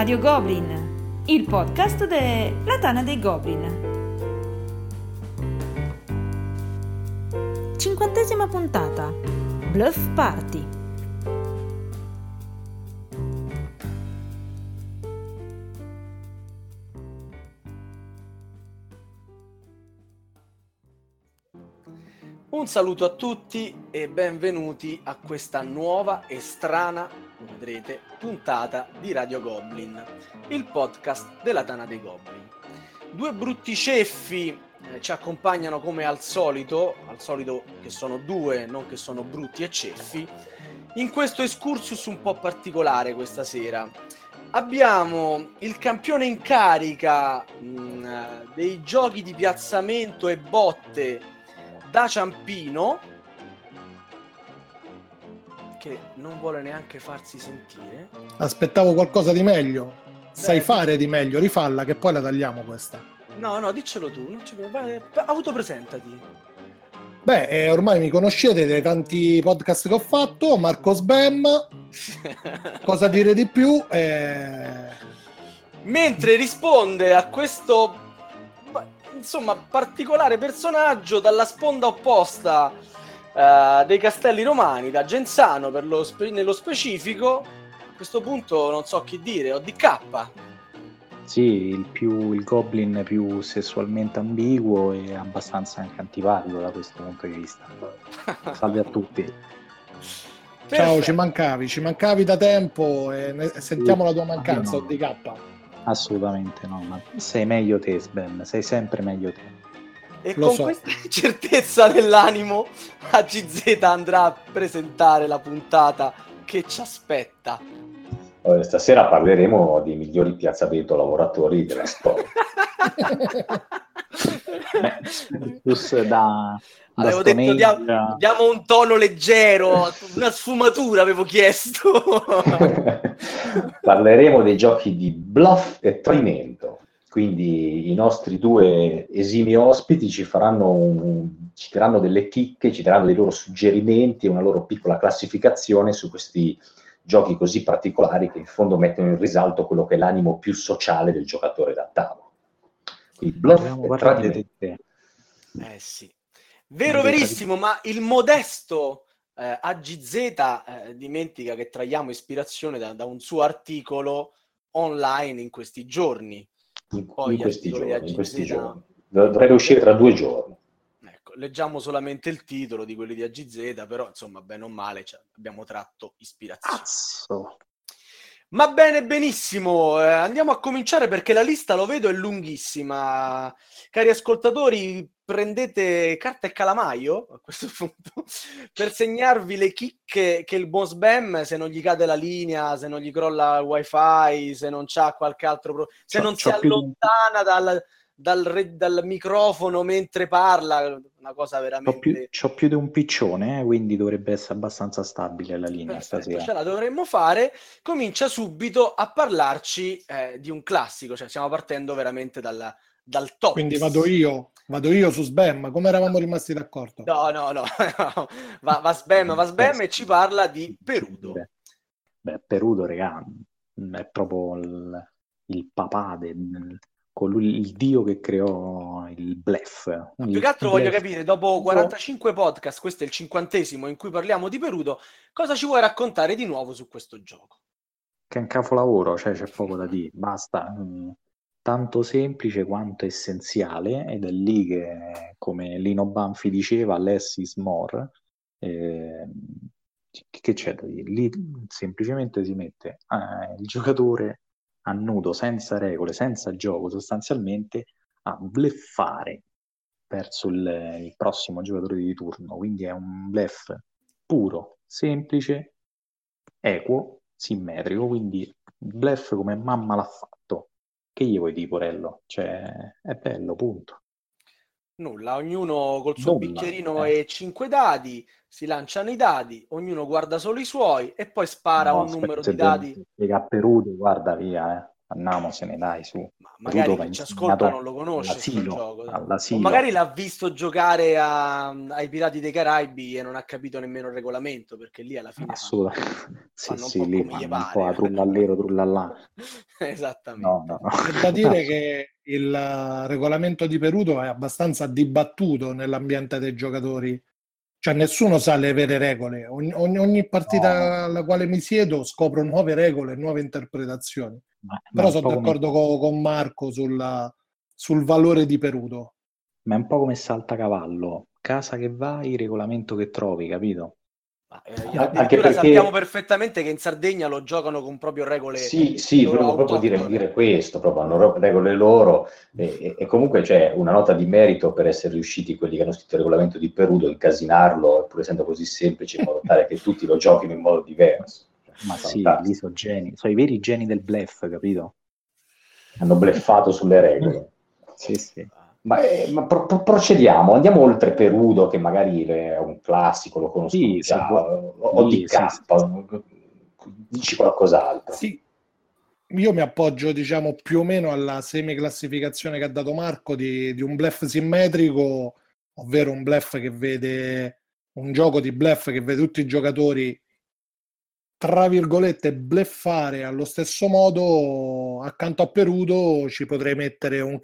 Radio Goblin, il podcast della Tana dei Goblin. 50ª puntata, Bluff Party. Un saluto a tutti e benvenuti a questa nuova e strana, come vedrete, puntata di Radio Goblin, il podcast della Tana dei Goblin. Due brutti ceffi ci accompagnano come al solito che sono due, non che sono brutti e ceffi, in questo excursus un po' particolare questa sera. Abbiamo il campione in carica dei giochi di piazzamento e botte da Ciampino, che non vuole neanche farsi sentire. Aspettavo qualcosa di meglio. Sai fare di meglio, rifalla che poi la tagliamo questa. No, diccelo tu, non ci... autopresentati. Ormai mi conoscete dai tanti podcast che ho fatto, Marco Sbam. Cosa dire di più? Mentre risponde a questo particolare personaggio dalla sponda opposta dei Castelli Romani, da Genzano nello specifico, a questo punto non so chi dire, ODK. Sì, il Goblin più sessualmente ambiguo e abbastanza anche antipatico da questo punto di vista. Salve a tutti. Ciao, ci mancavi da tempo e sentiamo la tua mancanza, no. ODK. Assolutamente no, ma sei meglio te, Sven, sei sempre meglio te. E con questa certezza nell'animo AGZ andrà a presentare la puntata che ci aspetta. Stasera parleremo dei migliori piazzamento lavoratori della storia. Avevo detto diamo un tono leggero, una sfumatura avevo chiesto. Parleremo dei giochi di bluff e tradimento. Quindi i nostri due esimi ospiti ci daranno delle chicche, ci daranno dei loro suggerimenti e una loro piccola classificazione su questi giochi così particolari che in fondo mettono in risalto quello che è l'animo più sociale del giocatore da tavolo. Il bluff e tradimento. Sì. Verissimo, ma il modesto AGZ dimentica che traiamo ispirazione da un suo articolo online in questi giorni. In questi giorni. Dovrebbe uscire tra 2 giorni. Ecco, leggiamo solamente il titolo di quelli di AGZ, però insomma, bene o male abbiamo tratto ispirazione. Cazzo. Ma bene, benissimo, andiamo a cominciare perché la lista, lo vedo, è lunghissima. Cari ascoltatori, prendete carta e calamaio a questo punto per segnarvi le chicche che il buon Sbam, se non gli cade la linea, se non gli crolla il wifi, se non c'ha qualche altro se non si allontana dal microfono mentre parla, una cosa veramente... C'ho più di un piccione, quindi dovrebbe essere abbastanza stabile la linea. Perfetto, stasera. Ce la dovremmo fare. Comincia subito a parlarci di un classico, cioè stiamo partendo veramente dal top. Quindi vado io su Sbam, come eravamo rimasti d'accordo? No. va Sbam e ci parla di Perudo. Perudo, regà, è proprio il papà con lui, il dio che creò il bluff. Più che altro voglio capire, dopo 45 podcast, questo è il 50° in cui parliamo di Perudo, cosa ci vuoi raccontare di nuovo su questo gioco? Che è un capolavoro, c'è poco da dire, basta. Tanto semplice quanto essenziale, ed è lì che, come Lino Banfi diceva, less is more. Che c'è da dire? Lì semplicemente si mette il giocatore a nudo, senza regole, senza gioco, sostanzialmente a bluffare verso il prossimo giocatore di turno. Quindi è un bluff puro, semplice, equo, simmetrico, quindi bluff come mamma l'ha fatto. Che gli vuoi dire, Porello? Cioè, è bello, punto. Nulla, ognuno col suo bicchierino e 5 dadi, si lanciano i dadi, ognuno guarda solo i suoi e poi spara un numero di dadi. Perudo, guarda via, Andiamosene, dai, su. Ma magari Va chi ci ascolta insegnato non lo conosce sto gioco. O all'asilo. magari l'ha visto giocare ai Pirati dei Caraibi e non ha capito nemmeno il regolamento, perché lì alla fine Assolutamente. fanno un Sì, po' lì come gli fanno un po' a pare. trullallero, trullallà. Esattamente. No. C'è da dire che il regolamento di Perudo è abbastanza dibattuto nell'ambiente dei giocatori, cioè nessuno sa le vere regole. Ogni partita alla quale mi siedo scopro nuove regole, nuove interpretazioni. Ma Però è un sono po' come, d'accordo con Marco sul valore di Perudo. ma è un po' come saltacavallo. Casa che vai, regolamento che trovi, capito? Anche Addirittura sappiamo perché perfettamente che in Sardegna lo giocano con proprio regole sì, loro volevo proprio autoctone. dire questo, proprio hanno regole loro e comunque c'è una nota di merito per essere riusciti quelli che hanno scritto il regolamento di Perudo a incasinarlo, pur essendo così semplice, in modo tale che tutti lo giochino in modo diverso. Ma sì, lì Fantastico. sono geni, sono i veri geni del bluff, capito? Hanno bleffato sulle regole. Sì. Ma procediamo, andiamo oltre Perudo, che magari è un classico, lo conoscono Sì, se già, vuoi. o Sì, sì, sì, DK, dici qualcos'altro. Sì, io mi appoggio, diciamo, più o meno alla semiclassificazione che ha dato Marco di un bluff simmetrico, ovvero un bluff che vede un gioco di bluff che vede tutti i giocatori, tra virgolette, bluffare allo stesso modo. Accanto a Perudo ci potrei mettere un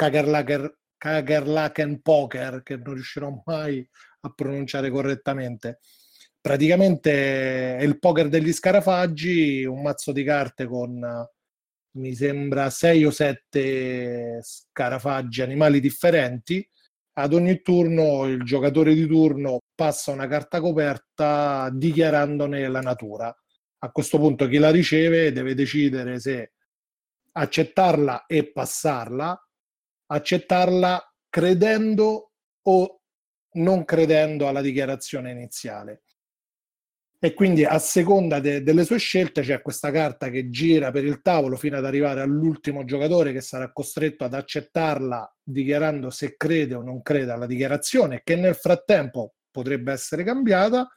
Kagerlaken Poker, che non riuscirò mai a pronunciare correttamente. Praticamente è il poker degli scarafaggi, un mazzo di carte con, mi sembra, 6 o 7 scarafaggi, animali differenti. Ad ogni turno il giocatore di turno passa una carta coperta dichiarandone la natura. A questo punto chi la riceve deve decidere se accettarla e passarla, accettarla credendo o non credendo alla dichiarazione iniziale. E quindi a seconda delle sue scelte c'è questa carta che gira per il tavolo fino ad arrivare all'ultimo giocatore, che sarà costretto ad accettarla dichiarando se crede o non crede alla dichiarazione, che nel frattempo potrebbe essere cambiata,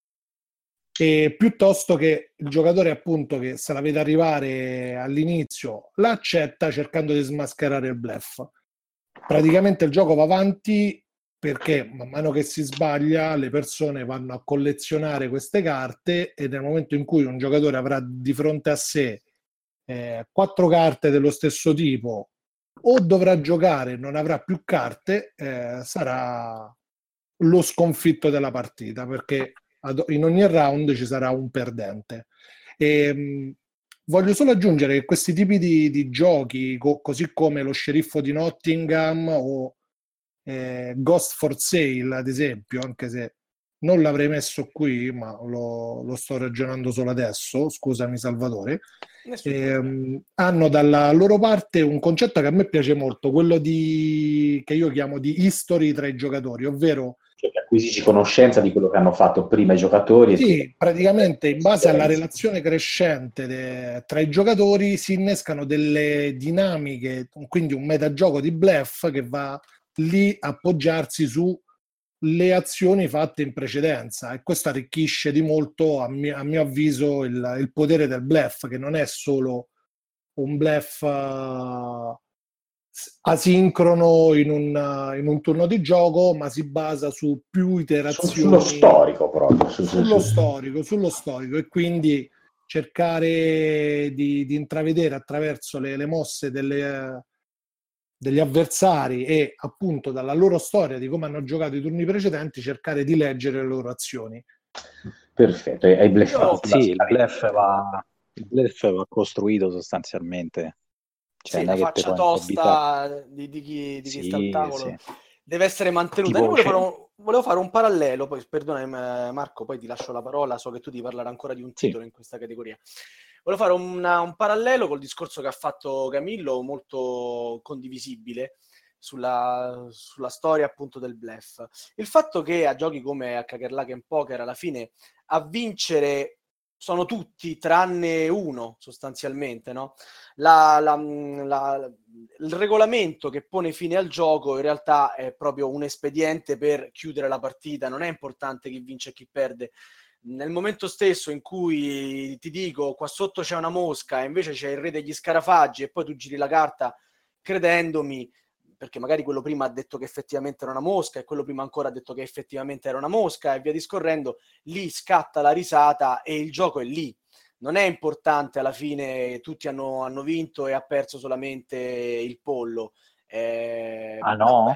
e piuttosto che il giocatore, appunto, che se la vede arrivare all'inizio la accetta cercando di smascherare il bluff. Praticamente il gioco va avanti perché man mano che si sbaglia le persone vanno a collezionare queste carte, e nel momento in cui un giocatore avrà di fronte a sé 4 carte dello stesso tipo, o dovrà giocare, non avrà più carte, sarà lo sconfitto della partita, perché in ogni round ci sarà un perdente. Voglio solo aggiungere che questi tipi di giochi, così come lo sceriffo di Nottingham o Ghost for Sale, ad esempio, anche se non l'avrei messo qui, ma lo sto ragionando solo adesso, scusami Salvatore, hanno dalla loro parte un concetto che a me piace molto, quello che io chiamo di history tra i giocatori, ovvero Cioè che acquisisci conoscenza di quello che hanno fatto prima i giocatori. sì, praticamente in base alla relazione crescente tra i giocatori si innescano delle dinamiche, quindi un metagioco di bluff che va lì a appoggiarsi su le azioni fatte in precedenza, e questo arricchisce di molto, a mio avviso, il potere del bluff, che non è solo un bluff asincrono in un turno di gioco, ma si basa su più iterazioni sullo storico proprio. Sullo storico, e quindi cercare di intravedere attraverso le mosse degli avversari e appunto dalla loro storia di come hanno giocato i turni precedenti, cercare di leggere le loro azioni. Perfetto, hai bleffato. Sì, il bluff va costruito sostanzialmente. Cioè, Sì, non la è che te faccia puoi improvvisare. tosta di chi sta al tavolo Sì. deve essere mantenuta. Tipo, Io volevo fare un parallelo, poi perdonami Marco, poi ti lascio la parola, so che tu devi parlare ancora di un sì. titolo in questa categoria. Volevo fare un parallelo col discorso che ha fatto Camillo, molto condivisibile, sulla storia appunto del bluff. Il fatto che a giochi come a Kakerlaken Poker alla fine a vincere sono tutti tranne uno, sostanzialmente, no? Il regolamento che pone fine al gioco in realtà è proprio un espediente per chiudere la partita, non è importante chi vince e chi perde. nel momento stesso in cui ti dico qua sotto c'è una mosca e invece c'è il re degli scarafaggi e poi tu giri la carta credendomi, perché magari quello prima ha detto che effettivamente era una mosca e quello prima ancora ha detto che effettivamente era una mosca e via discorrendo, lì scatta la risata e il gioco è lì. Non è importante, alla fine tutti hanno vinto e ha perso solamente il pollo. Ah no?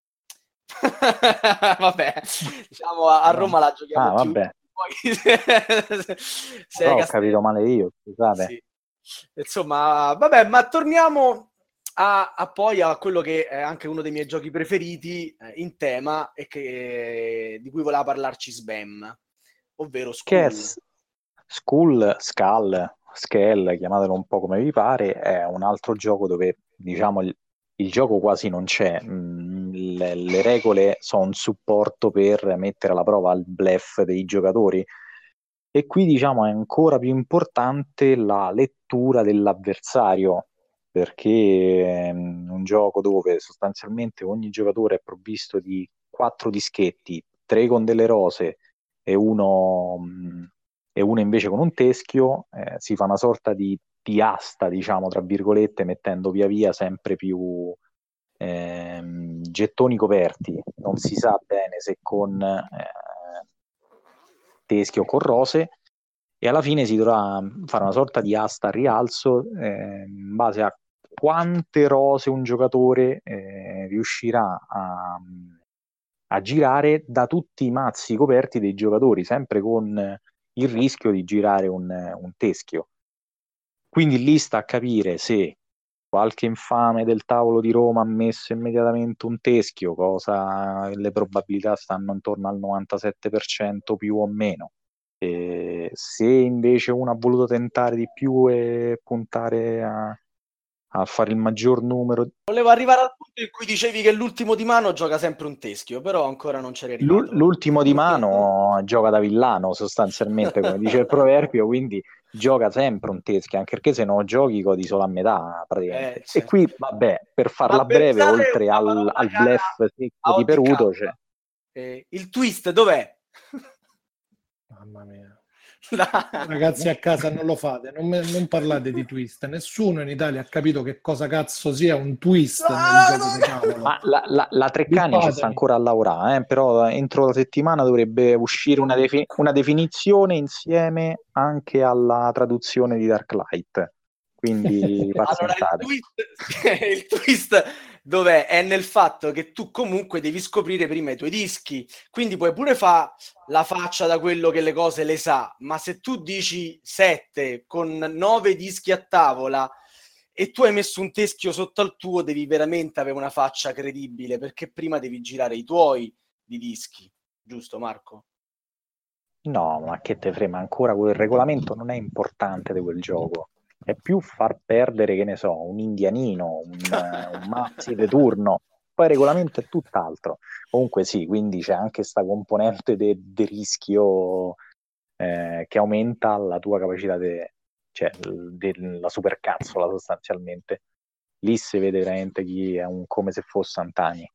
Vabbè, diciamo a Roma la giochiamo più. Vabbè. Poi se ho capito male io, scusate. Sì. Insomma, vabbè, ma torniamo poi a quello che è anche uno dei miei giochi preferiti in tema e di cui voleva parlarci Sbam, ovvero Skull, Skull, chiamatelo un po' come vi pare, è un altro gioco dove, diciamo, il gioco quasi non c'è. Le regole sono un supporto per mettere alla prova il bluff dei giocatori e qui, diciamo, è ancora più importante la lettura dell'avversario, perché è un gioco dove sostanzialmente ogni giocatore è provvisto di 4 dischetti, 3 con delle rose e uno invece con un teschio. Si fa una sorta di asta, diciamo, tra virgolette, mettendo via via sempre più gettoni coperti. Non si sa bene se con teschio o con rose, e alla fine si dovrà fare una sorta di asta a rialzo in base a quante rose un giocatore riuscirà a girare da tutti i mazzi coperti dei giocatori, sempre con il rischio di girare un teschio. Quindi lì sta a capire se qualche infame del tavolo di Roma ha messo immediatamente un teschio, le probabilità stanno intorno al 97% più o meno. Se invece uno ha voluto tentare di più e puntare a fare il maggior numero. Volevo arrivare al punto in cui dicevi che l'ultimo di mano gioca sempre un teschio, però ancora non c'era arrivato. L'ultimo di mano gioca da villano sostanzialmente, come dice il proverbio, quindi gioca sempre un teschio, anche perché se no giochi godi solo a metà praticamente. Certo. E qui, vabbè, per farla breve, oltre al bluff secco di Peruto c'è il twist dov'è? Mamma mia. Ragazzi a casa non lo fate, non parlate di twist. Nessuno in Italia ha capito che cosa cazzo sia un twist nel gioco di tavolo. Ma la Treccani ci sta ancora a lavorare, però entro la settimana dovrebbe uscire una definizione insieme anche alla traduzione di Darklight. Quindi pazientate. Allora, il twist dov'è? È nel fatto che tu comunque devi scoprire prima i tuoi dischi, quindi puoi pure fare la faccia da quello che le cose le sa, ma se tu dici 7 con 9 dischi a tavola e tu hai messo un teschio sotto al tuo, devi veramente avere una faccia credibile, perché prima devi girare i tuoi di dischi, giusto Marco? No, ma che te frega, ancora quel regolamento non è importante di quel gioco. È più far perdere, che ne so, un indianino, un mazzi di turno. Poi il regolamento è tutt'altro. Comunque sì, quindi c'è anche questa componente di rischio che aumenta la tua capacità della supercazzola sostanzialmente. Lì si vede veramente chi è come se fosse Antani.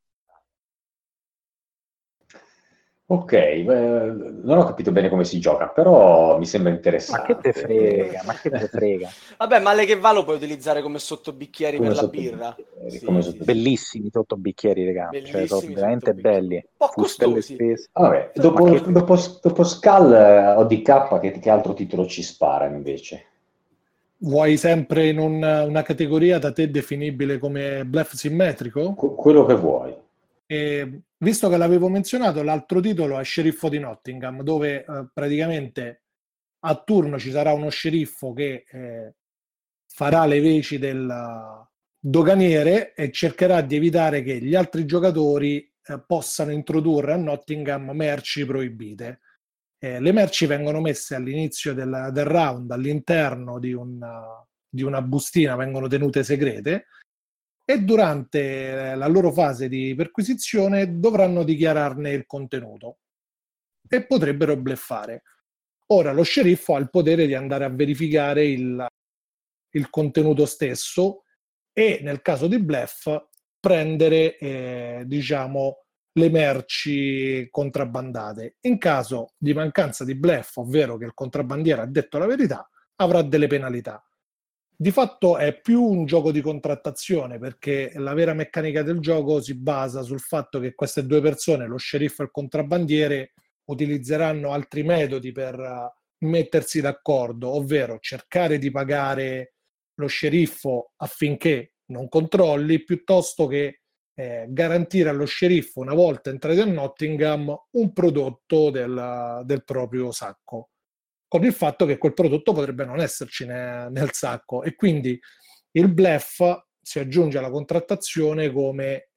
Ok, non ho capito bene come si gioca, però mi sembra interessante. Ma che te frega? Vabbè, male che va lo puoi utilizzare come sottobicchieri per la birra. Sì. Bellissimi sottobicchieri, raga. Cioè, sono veramente belli. Un po' costosi. Vabbè, dopo Skull ODK che altro titolo ci spara invece? Vuoi sempre in una categoria da te definibile come bluff simmetrico? Quello che vuoi. E visto che l'avevo menzionato, l'altro titolo è Sceriffo di Nottingham, dove praticamente a turno ci sarà uno sceriffo che farà le veci del doganiere e cercherà di evitare che gli altri giocatori possano introdurre a Nottingham merci proibite. Le merci vengono messe all'inizio del round all'interno di una bustina, vengono tenute segrete, e durante la loro fase di perquisizione dovranno dichiararne il contenuto e potrebbero bluffare. Ora lo sceriffo ha il potere di andare a verificare il contenuto stesso e nel caso di bluff prendere le merci contrabbandate. In caso di mancanza di bluff, ovvero che il contrabbandiere ha detto la verità, avrà delle penalità. Di fatto è più un gioco di contrattazione, perché la vera meccanica del gioco si basa sul fatto che queste due persone, lo sceriffo e il contrabbandiere, utilizzeranno altri metodi per mettersi d'accordo, ovvero cercare di pagare lo sceriffo affinché non controlli, piuttosto che garantire allo sceriffo, una volta entrati a Nottingham, un prodotto del proprio sacco, con il fatto che quel prodotto potrebbe non esserci nel sacco, e quindi il bluff si aggiunge alla contrattazione come,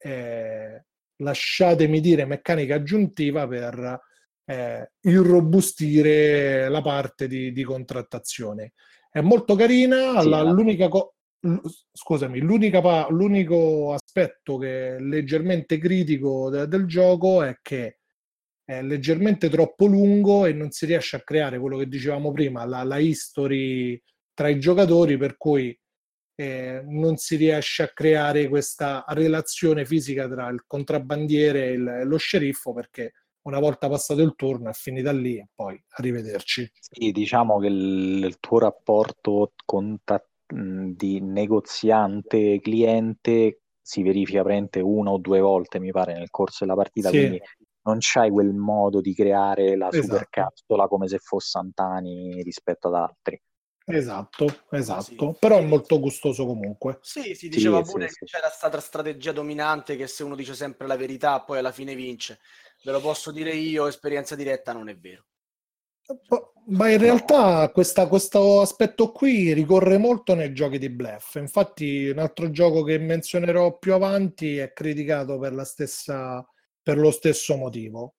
lasciatemi dire, meccanica aggiuntiva per irrobustire la parte di contrattazione. È molto carina, Sì, scusami, l'unico aspetto che è leggermente critico del gioco è che è leggermente troppo lungo e non si riesce a creare quello che dicevamo prima, la history tra i giocatori, per cui non si riesce a creare questa relazione fisica tra il contrabbandiere e lo sceriffo, perché una volta passato il turno è finita lì e poi arrivederci. sì, diciamo che il tuo rapporto di negoziante-cliente si verifica praticamente una o due volte, mi pare, nel corso della partita, Sì, quindi non c'hai quel modo di creare la super esatto. capsula come se fosse Antani rispetto ad altri. Esatto, Ma sì, però è sì, molto gustoso comunque. sì, si diceva Sì, sì, pure che sì. c'era stata strategia dominante, che se uno dice sempre la verità poi alla fine vince. Ve lo posso dire io, esperienza diretta, non è vero. Ma in No. realtà questo aspetto qui ricorre molto nei giochi di bluff. Infatti, un altro gioco che menzionerò più avanti è criticato per lo stesso motivo.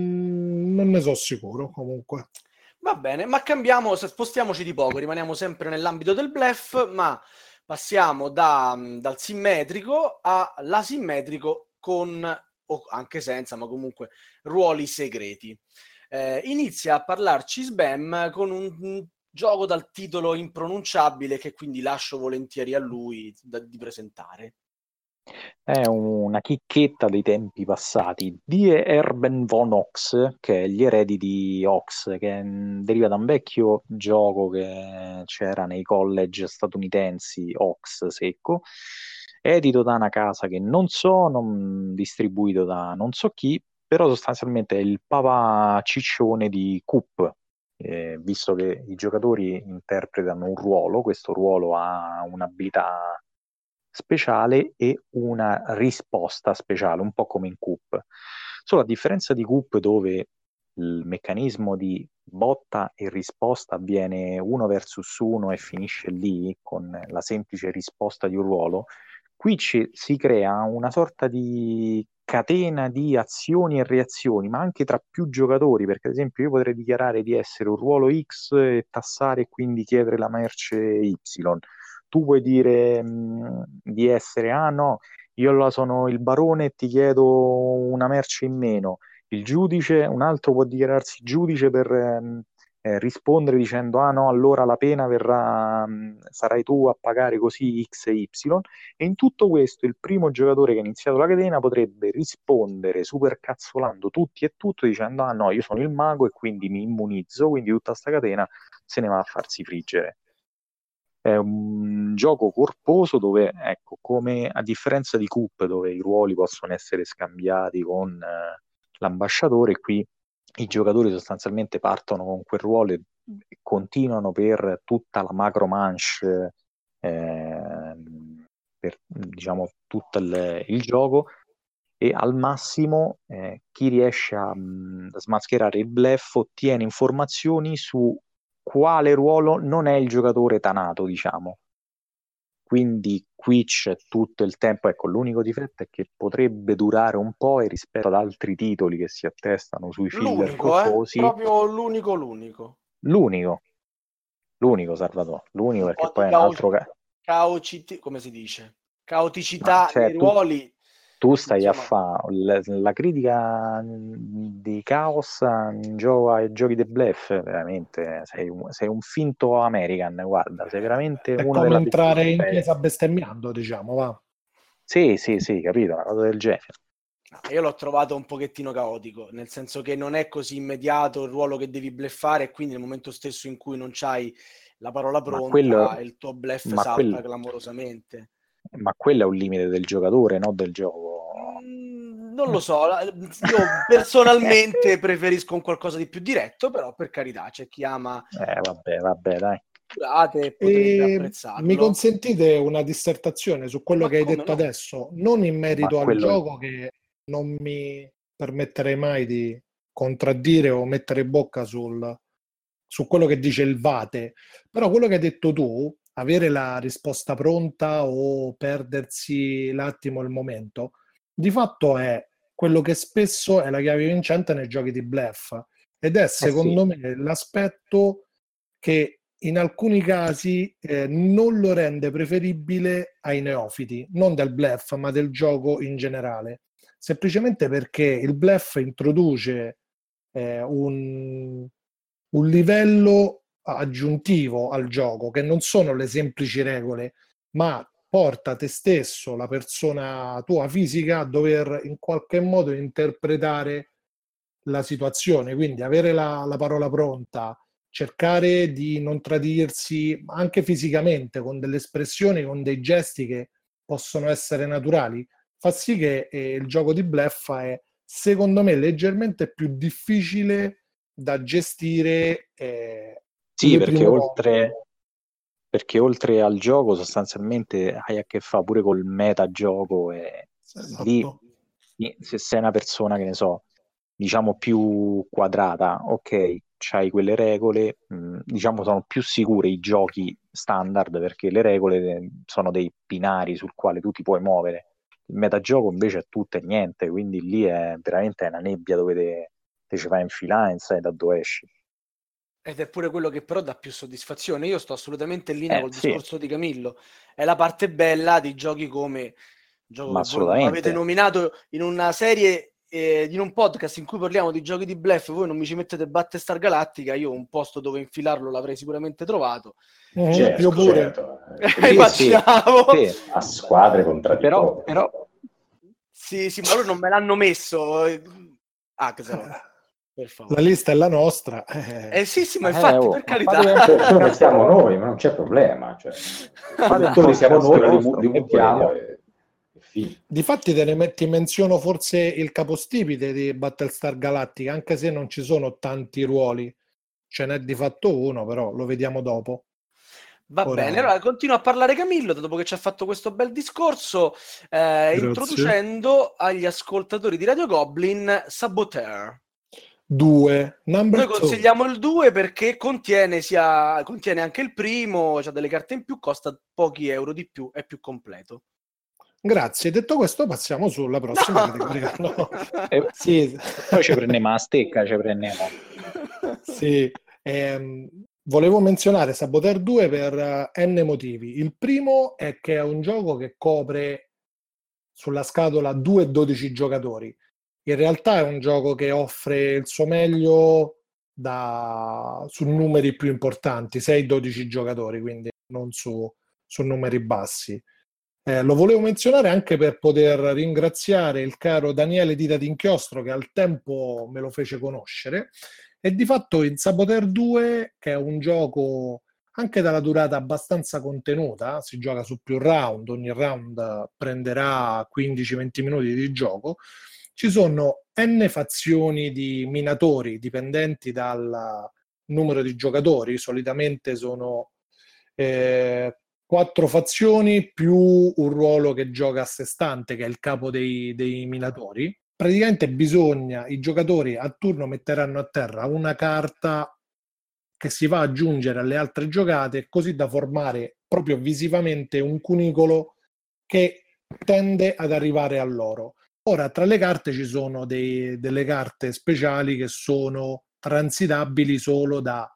Non ne so sicuro, comunque. Va bene, ma cambiamo, spostiamoci di poco, rimaniamo sempre nell'ambito del bluff, ma passiamo dal simmetrico all'asimmetrico con, o anche senza, ma comunque, ruoli segreti. Inizia a parlarci Sbam con un gioco dal titolo impronunciabile che quindi lascio volentieri a lui di presentare. È una chicchetta dei tempi passati. Die Erben von Ox, che è gli eredi di Ox, che deriva da un vecchio gioco che c'era nei college statunitensi, Ox secco, edito da una casa che non so, distribuito da non so chi, però sostanzialmente è il papà ciccione di Coop. Visto che i giocatori interpretano un ruolo, questo ruolo ha un'abilità speciale e una risposta speciale, un po' come in Coop. Solo a differenza di Coop, dove il meccanismo di botta e risposta avviene uno versus uno e finisce lì con la semplice risposta di un ruolo, qui si crea una sorta di catena di azioni e reazioni, ma anche tra più giocatori, perché ad esempio io potrei dichiarare di essere un ruolo X e tassare e quindi chiedere la merce Y. Tu puoi dire di essere, ah no, io sono il barone e ti chiedo una merce in meno. Il giudice, un altro può dichiararsi giudice per rispondere dicendo, ah no, allora la pena verrà, sarai tu a pagare così X e Y. E in tutto questo il primo giocatore che ha iniziato la catena potrebbe rispondere supercazzolando tutti e tutto dicendo, ah no, io sono il mago e quindi mi immunizzo, quindi tutta sta catena se ne va a farsi friggere. È un gioco corposo dove, ecco, come a differenza di Coop, dove i ruoli possono essere scambiati con l'ambasciatore, qui i giocatori sostanzialmente partono con quel ruolo e continuano per tutta la macro manche, per diciamo tutto il gioco, e al massimo chi riesce a smascherare il bluff ottiene informazioni su quale ruolo non è il giocatore tanato, diciamo. Quindi qui c'è tutto il tempo. Ecco, l'unico difetto è che potrebbe durare un po' e rispetto ad altri titoli che si attestano sui filler corposi, Proprio l'unico. L'unico Salvatore, l'unico, Un perché po' di poi è un altro come si dice? ma Caoticità nei cioè ruoli, tu stai a insomma, fare la critica di Chaos ai giochi di bluff, veramente sei un finto American, guarda, sei veramente È una come della entrare in peggiore. chiesa bestemmiando, diciamo, va. Sì, sì, sì, capito, una cosa del genere. Io l'ho trovato un pochettino caotico, nel senso che non è così immediato il ruolo che devi bluffare, e quindi nel momento stesso in cui non c'hai la parola pronta, il tuo bluff salta clamorosamente. Ma quello è un limite del giocatore, non del gioco. Non lo so, io personalmente preferisco un qualcosa di più diretto, però per carità, c'è chi ama vabbè, dai. Potrebbe apprezzarlo. Mi consentite una dissertazione su quello che hai detto no? Adesso, non in merito al gioco, che non mi permetterei mai di contraddire o mettere in bocca su quello che dice il Vate, però quello che hai detto tu, avere la risposta pronta o perdersi l'attimo, il momento, di fatto è quello che spesso è la chiave vincente nei giochi di bluff, ed è secondo me l'aspetto che in alcuni casi non lo rende preferibile ai neofiti, non del bluff ma del gioco in generale, semplicemente perché il bluff introduce un livello aggiuntivo al gioco, che non sono le semplici regole, ma porta te stesso, la persona tua fisica, a dover in qualche modo interpretare la situazione, quindi avere la parola pronta, cercare di non tradirsi anche fisicamente, con delle espressioni, con dei gesti che possono essere naturali, fa sì che il gioco di bluff è, secondo me, leggermente più difficile da gestire. Sì, perché oltre al gioco sostanzialmente hai a che fare pure col metagioco, e lì se sei una persona, che ne so, diciamo più quadrata, ok, c'hai quelle regole, diciamo sono più sicure i giochi standard, perché le regole sono dei binari sul quale tu ti puoi muovere. Il metagioco invece è tutto e niente, quindi lì è veramente una nebbia dove te ci fai infilare e non sai da dove esci. Ed è pure quello che però dà più soddisfazione. Io sto assolutamente in linea col Sì. discorso di Camillo. È la parte bella di giochi come il gioco Ma che voi avete nominato in una serie, in un podcast in cui parliamo di giochi di bluff. Voi non mi ci mettete Battlestar Galactica, io un posto dove infilarlo l'avrei sicuramente trovato. Io pure. Certo. Immaginavo. Sì, a squadre contraddittorie. Però... Sì, ma loro non me l'hanno messo. Per favore. La lista è la nostra. Sì, ma infatti, per carità. Noi siamo noi, ma non c'è problema. Cioè, noi siamo noi, li mutiamo e fine. Difatti ti menziono forse il capostipite di Battlestar Galactica, anche se non ci sono tanti ruoli. Ce n'è di fatto uno, però lo vediamo dopo. Va bene, allora continua a parlare Camillo, dopo che ci ha fatto questo bel discorso, introducendo agli ascoltatori di Radio Goblin Saboteur. 2. Noi consigliamo il 2 perché contiene anche il primo, c'ha delle carte in più, costa pochi euro di più, è più completo. Grazie, detto questo passiamo sulla prossima categoria. No. Sì. Poi ci prendiamo la stecca, Sì, volevo menzionare Saboteur 2 per N motivi. Il primo è che è un gioco che copre sulla scatola 2 e 12 giocatori. In realtà è un gioco che offre il suo meglio su numeri più importanti, 6-12 giocatori, quindi non su numeri bassi. Lo volevo menzionare anche per poter ringraziare il caro Daniele Dita d'Inchiostro, che al tempo me lo fece conoscere, e di fatto in Saboteur 2, che è un gioco anche dalla durata abbastanza contenuta, si gioca su più round, ogni round prenderà 15-20 minuti di gioco, ci sono N fazioni di minatori dipendenti dal numero di giocatori, solitamente sono 4 fazioni più un ruolo che gioca a sé stante, che è il capo dei minatori. Praticamente i giocatori a turno metteranno a terra una carta che si va ad aggiungere alle altre giocate, così da formare proprio visivamente un cunicolo che tende ad arrivare a loro. Ora, tra le carte ci sono delle carte speciali che sono transitabili solo da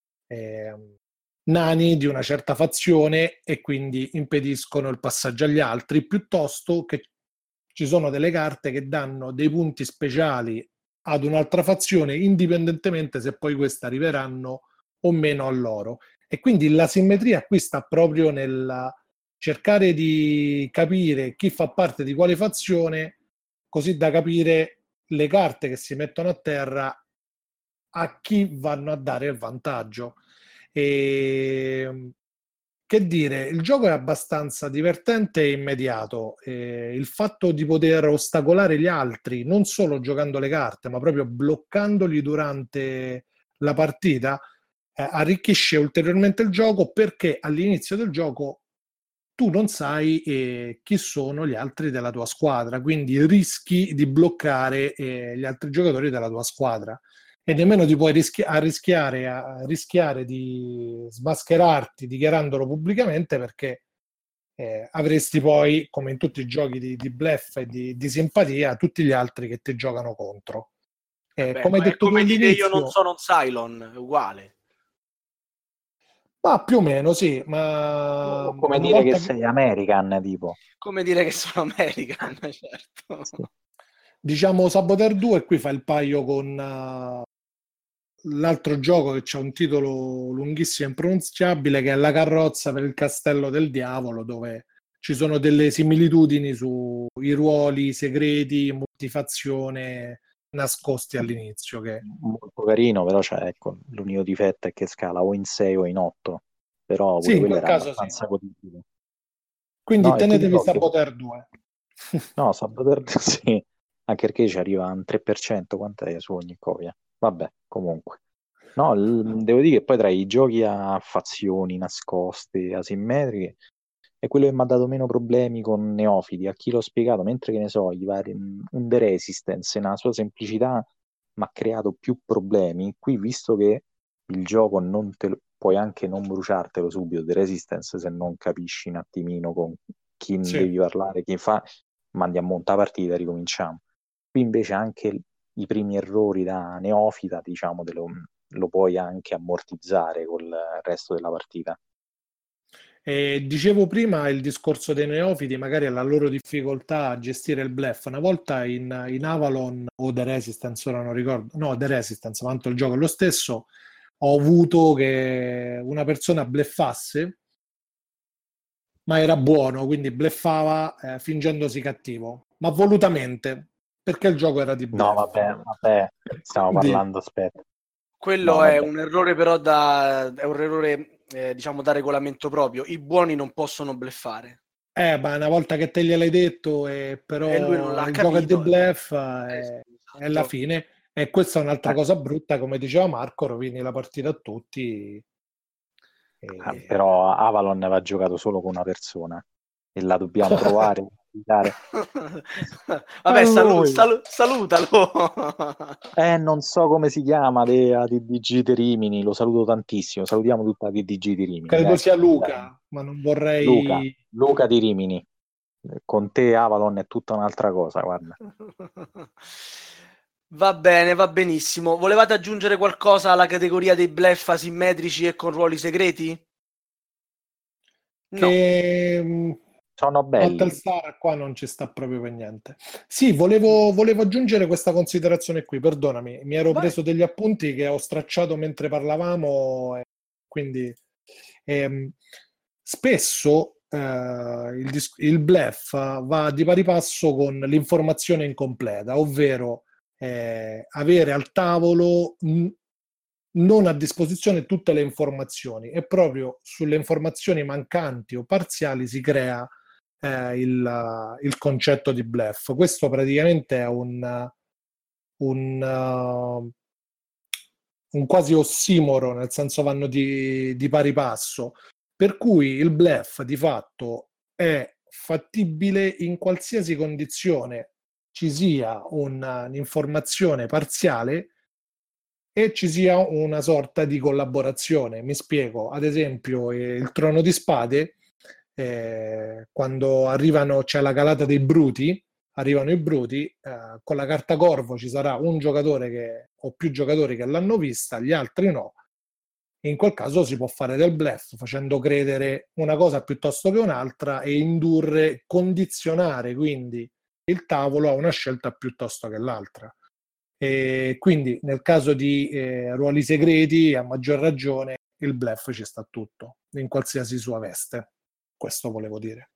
nani di una certa fazione e quindi impediscono il passaggio agli altri, piuttosto che ci sono delle carte che danno dei punti speciali ad un'altra fazione, indipendentemente se poi queste arriveranno o meno a loro. E quindi la simmetria qui sta proprio nel cercare di capire chi fa parte di quale fazione, così da capire le carte che si mettono a terra a chi vanno a dare il vantaggio. E che dire, il gioco è abbastanza divertente e immediato. Il fatto di poter ostacolare gli altri, non solo giocando le carte, ma proprio bloccandoli durante la partita, arricchisce ulteriormente il gioco, perché all'inizio del gioco tu non sai chi sono gli altri della tua squadra, quindi rischi di bloccare gli altri giocatori della tua squadra e nemmeno ti puoi rischiare di smascherarti dichiarandolo pubblicamente, perché avresti poi, come in tutti i giochi di bluff e di simpatia, tutti gli altri che ti giocano contro. Come hai È detto tu come dire io all'inizio, non sono un Cylon, è uguale. ma più o meno sì, ma O come una dire che volta sei American, tipo. Come dire che sono American, certo. Sì. diciamo Saboteur 2 qui fa il paio con l'altro gioco che c'ha un titolo lunghissimo e impronunciabile, che è La carrozza per il castello del diavolo, dove ci sono delle similitudini sui ruoli segreti, multifazione nascosti all'inizio. Che Molto carino, però c'è, ecco, l'unico difetto è che scala o in 6 o in 8, però sì, pure in quello quel era caso sì. abbastanza godibile. Quindi No, e ti tenetevi dico che Saboteur 2. no, Saboteur sì, anche perché ci arriva un 3%, quant'è su ogni copia? Vabbè, comunque. No, devo dire che poi tra i giochi a fazioni nascoste, asimmetriche, è quello che mi ha dato meno problemi con neofiti, a chi l'ho spiegato, mentre che ne so, un The Resistance nella sua semplicità mi ha creato più problemi. Qui, visto che il gioco non te lo, puoi anche non bruciartelo subito, The Resistance, se non capisci un attimino con chi Sì. devi parlare, chi fa, mandi a montare partita e ricominciamo. Qui invece anche i primi errori da neofita, diciamo, lo puoi anche ammortizzare col resto della partita. Dicevo prima il discorso dei neofiti, magari alla loro difficoltà a gestire il bluff. Una volta in Avalon o The Resistance, ora non ricordo, no, The Resistance, tanto il gioco è lo stesso, ho avuto che una persona bleffasse, ma era buono, quindi bleffava fingendosi cattivo, ma volutamente, perché il gioco era di No, bluff. vabbè, stiamo Quindi, parlando, aspetta. No, Quello è vabbè. un errore però è un errore diciamo da regolamento proprio. I buoni non possono bluffare. ma una volta che te gliel'hai detto, E lui non però l'ha il gioco è di capito. bluff, è la Esatto. fine. E questa è un'altra Ah, cosa brutta, come diceva Marco, rovini la partita a tutti. E- però Avalon va giocato solo con una persona e la dobbiamo trovare. A Vabbè, lui. salutalo. Non so come si chiama, della TDG di Rimini, lo saluto tantissimo, salutiamo tutta la TDG di Rimini, Credo dai. sia Dai. Luca, ma non Luca, vorrei... Luca di Rimini, con te Avalon è tutta un'altra cosa, guarda. Va bene, va benissimo. Volevate aggiungere qualcosa alla categoria dei bluff asimmetrici e con ruoli segreti? No. Che Sono belli. Battlestar qua non ci sta proprio per niente. Sì, volevo aggiungere questa considerazione qui, perdonami, mi ero Vai. preso degli appunti che ho stracciato mentre parlavamo, quindi ehm, spesso il bluff va di pari passo con l'informazione incompleta, ovvero avere al tavolo non a disposizione tutte le informazioni, e proprio sulle informazioni mancanti o parziali si crea il concetto di bluff. Questo praticamente è un quasi ossimoro, nel senso vanno di pari passo, per cui il bluff di fatto è fattibile in qualsiasi condizione ci sia un'informazione parziale e ci sia una sorta di collaborazione. Mi spiego, ad esempio, il Trono di Spade, quando c'è la calata dei bruti, arrivano i bruti, con la carta corvo ci sarà un giocatore o più giocatori che l'hanno vista, gli altri no. In quel caso si può fare del bluff, facendo credere una cosa piuttosto che un'altra e condizionare quindi il tavolo a una scelta piuttosto che l'altra. E quindi nel caso di ruoli segreti, a maggior ragione, il bluff ci sta tutto, in qualsiasi sua veste. Questo volevo dire.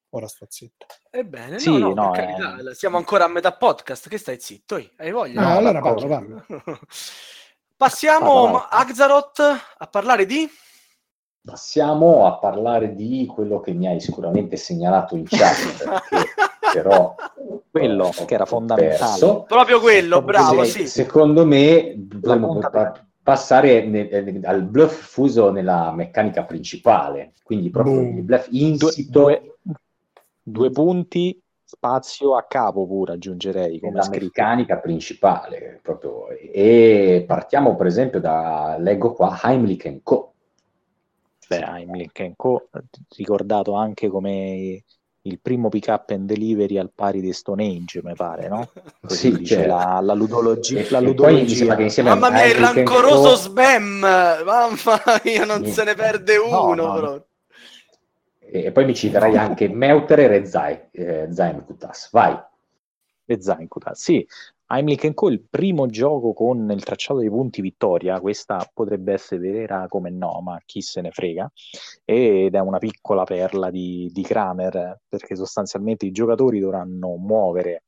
ora sto zitto. Ebbene, Sì, no, no, per carità, siamo ancora a metà podcast, che stai zitto? Hai voglia? Ah, no, allora d'accordo. parlo. Passiamo, Parla. Axaroth, a parlare di... Passiamo a parlare di quello che mi hai sicuramente segnalato in chat, che però Quello che era fondamentale. perso. Proprio quello, bravo, Direi, sì. secondo me dovremmo punta passare al bluff fuso nella meccanica principale, quindi proprio Boom. il bluff insito due punti, spazio a capo pure aggiungerei come nella scritto. meccanica principale proprio. E partiamo per esempio leggo qua Heimlich & Co. Beh, Heimlich & Co, ricordato anche come il primo pick up and delivery al pari di Stone Age, mi pare, no? Così Sì, dice certo. la ludologia. E poi mi sembra che insieme Mamma mia, il Heimlich & rancoroso Co. Sbam! Mamma mia, non se ne perde uno, No. però. E poi mi citerai anche Meuterer e Zaimkutas. Vai. E Zainkuta. Sì, Heimlich & Co. Il primo gioco con il tracciato dei punti vittoria, questa potrebbe essere vera come no, ma chi se ne frega, ed è una piccola perla di Kramer, perché sostanzialmente i giocatori dovranno muovere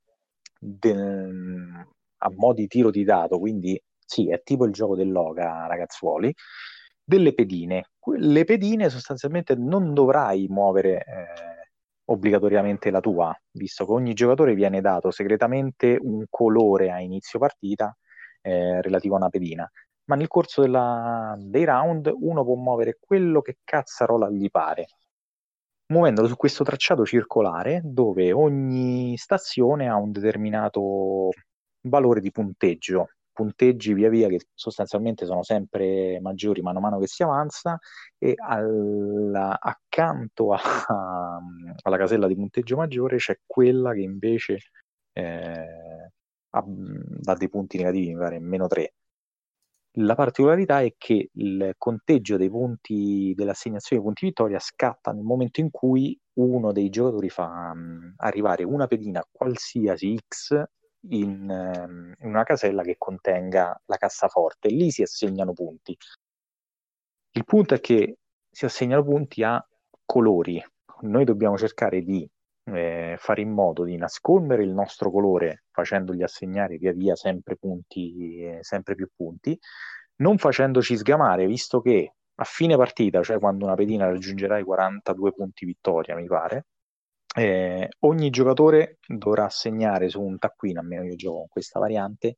a mo' di tiro di dado, quindi sì, è tipo il gioco dell'oca, ragazzuoli, delle pedine. Le pedine sostanzialmente non dovrai muovere obbligatoriamente la tua, visto che ogni giocatore viene dato segretamente un colore a inizio partita relativo a una pedina, ma nel corso dei round uno può muovere quello che cazzarola gli pare, muovendolo su questo tracciato circolare dove ogni stazione ha un determinato valore di punteggi via via che sostanzialmente sono sempre maggiori mano a mano che si avanza, e accanto alla casella di punteggio maggiore c'è quella che invece dà dei punti negativi, mi pare -3. La particolarità è che il conteggio dei punti dell'assegnazione dei punti vittoria scatta nel momento in cui uno dei giocatori fa arrivare una pedina qualsiasi X in una casella che contenga la cassaforte. Lì si assegnano punti. Il punto è che si assegnano punti a colori. Noi dobbiamo cercare di fare in modo di nascondere il nostro colore facendogli assegnare via via sempre più punti, non facendoci sgamare, visto che a fine partita, cioè quando una pedina raggiungerà i 42 punti vittoria, mi pare, ogni giocatore dovrà assegnare su un taccuino, almeno io gioco con questa variante,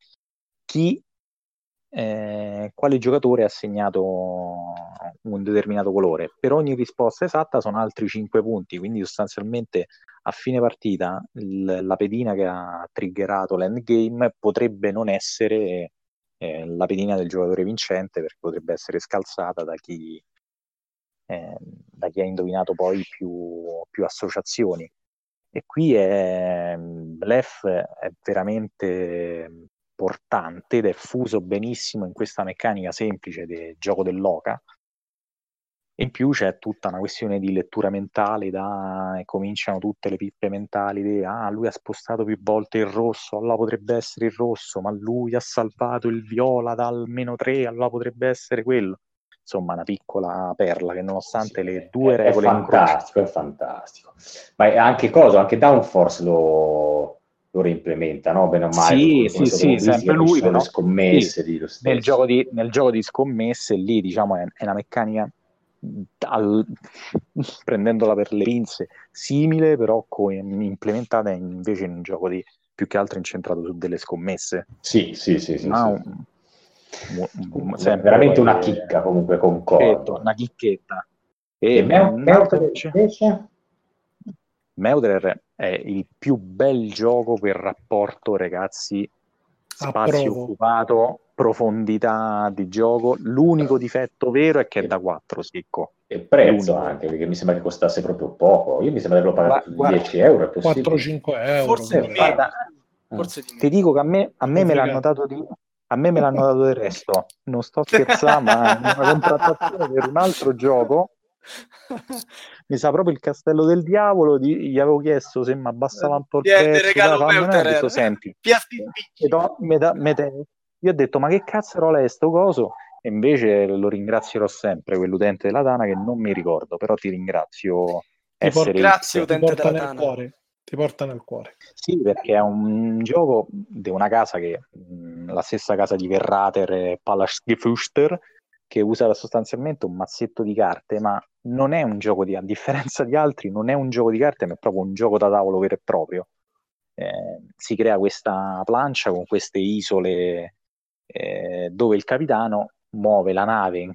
quale giocatore ha assegnato un determinato colore. Per ogni risposta esatta sono altri 5 punti, quindi sostanzialmente a fine partita la pedina che ha triggerato l'endgame potrebbe non essere la pedina del giocatore vincente, perché potrebbe essere scalzata da chi ha indovinato poi più associazioni. E qui Bluff è veramente portante ed è fuso benissimo in questa meccanica semplice del gioco dell'oca. In più c'è tutta una questione di lettura mentale, e cominciano tutte le pippe mentali di lui ha spostato più volte il rosso, allora potrebbe essere il rosso, ma lui ha salvato il viola dal -3, allora potrebbe essere quello. Insomma, una piccola perla che nonostante le due regole è fantastico. Ma è anche Downforce lo reimplementa, no? Bene o male, sì, sempre lui, sono però le scommesse sì, di lo stesso. nel gioco di scommesse lì, diciamo, è una meccanica prendendola per le pinze simile, però implementata invece in un gioco più che altro incentrato su delle scommesse. Sì. Sempre veramente una chicca, comunque, concordo. una chicchetta. E Meuterer invece? Meuterer è il più bel gioco per rapporto, ragazzi, spazio occupato, profondità di gioco. L'unico difetto vero è che è da 4 secco. E prezzo anche, perché mi sembra che costasse proprio poco. Io mi sembra di averlo pagato 10 euro, è possibile? 4-5 euro. Forse ti dico che a me me l'hanno dato del resto. Non sto scherzando, ma una contrattazione per un altro gioco mi sa proprio il Castello del Diavolo. Gli avevo chiesto se mi abbassava un po' il prezzo, ha detto senti, io ho detto ma che cazzarola è sto coso, e invece lo ringrazierò sempre quell'utente della Tana che non mi ricordo, però ti ringrazio essere Grazie X. utente della nel Tana. cuore. Ti porta nel cuore. Sì, perché è un gioco di una casa che la stessa casa di Verrater e Pallasgeflüster, che usa sostanzialmente un mazzetto di carte, ma non è un gioco a differenza di altri, non è un gioco di carte, ma è proprio un gioco da tavolo vero e proprio. Si crea questa plancia con queste isole dove il capitano muove la nave in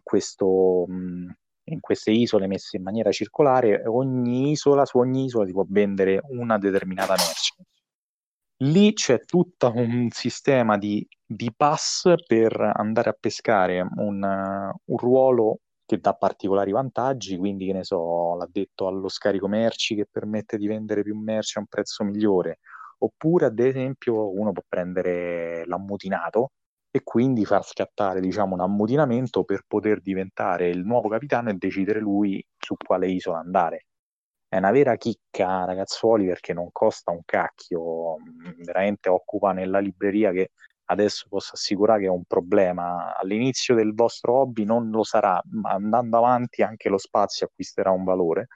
queste isole messe in maniera circolare, su ogni isola si può vendere una determinata merce. Lì c'è tutto un sistema di pass per andare a pescare un ruolo che dà particolari vantaggi, quindi che ne so, l'addetto allo scarico merci che permette di vendere più merci a un prezzo migliore, oppure ad esempio uno può prendere l'ammutinato e quindi far scattare, diciamo, un ammutinamento per poter diventare il nuovo capitano e decidere lui su quale isola andare. È una vera chicca, ragazzuoli, perché non costa un cacchio, veramente occupa nella libreria che adesso posso assicurare che è un problema. All'inizio del vostro hobby non lo sarà, ma andando avanti anche lo spazio acquisterà un valore.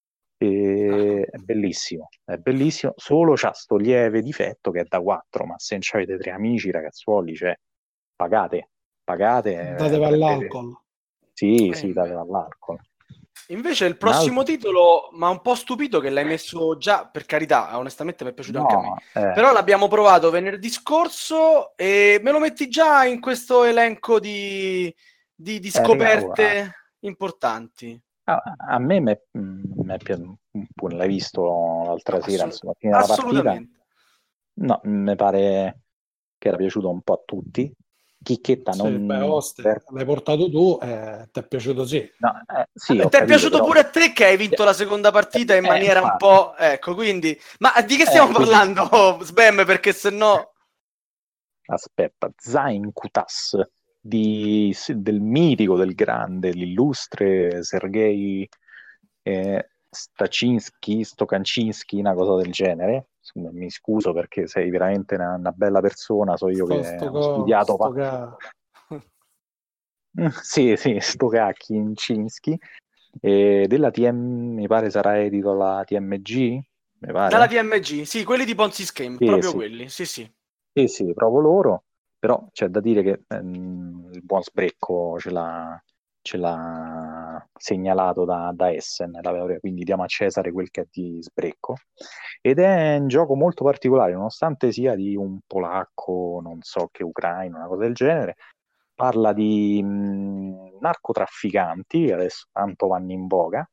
E è bellissimo, solo c'ha sto lieve difetto che è da 4, ma se non avete 3 amici, ragazzuoli, cioè, pagate. Datevi all'alcol. Sì, datevi all'alcol. Invece il prossimo titolo mi ha un po' stupito che l'hai messo già, per carità, onestamente mi è piaciuto anche a me. Però l'abbiamo provato venerdì scorso e me lo metti già in questo elenco di scoperte importanti. A me è piaciuto, l'hai visto l'altra sera, insomma, fino alla partita. No, mi pare che era piaciuto un po' a tutti. Chicchetta non... l'hai portato tu, ti è piaciuto sì. No, sì, ti è piaciuto però... pure a te che hai vinto la seconda partita in maniera un po'... Ecco, quindi... Ma di che stiamo parlando, Sbam? Perché se no... Aspetta, Zain Kutas, del mitico, del grande, l'illustre Sergei Stokaczynski, una cosa del genere. Mi scuso perché sei veramente una bella persona, so io che ho studiato sì, Stokaczynski, della TM, mi pare sarà edito la TMG, mi pare. Dalla TMG, sì, quelli di Ponzi Scheme, proprio quelli, sì. Sì, proprio loro, però c'è da dire che il buon Sbrecco ce l'ha segnalato da Essen, quindi diamo a Cesare quel che è di Sbrecco, ed è un gioco molto particolare, nonostante sia di un polacco, non so che ucraino, una cosa del genere. Parla di narcotrafficanti, adesso tanto vanno in voga,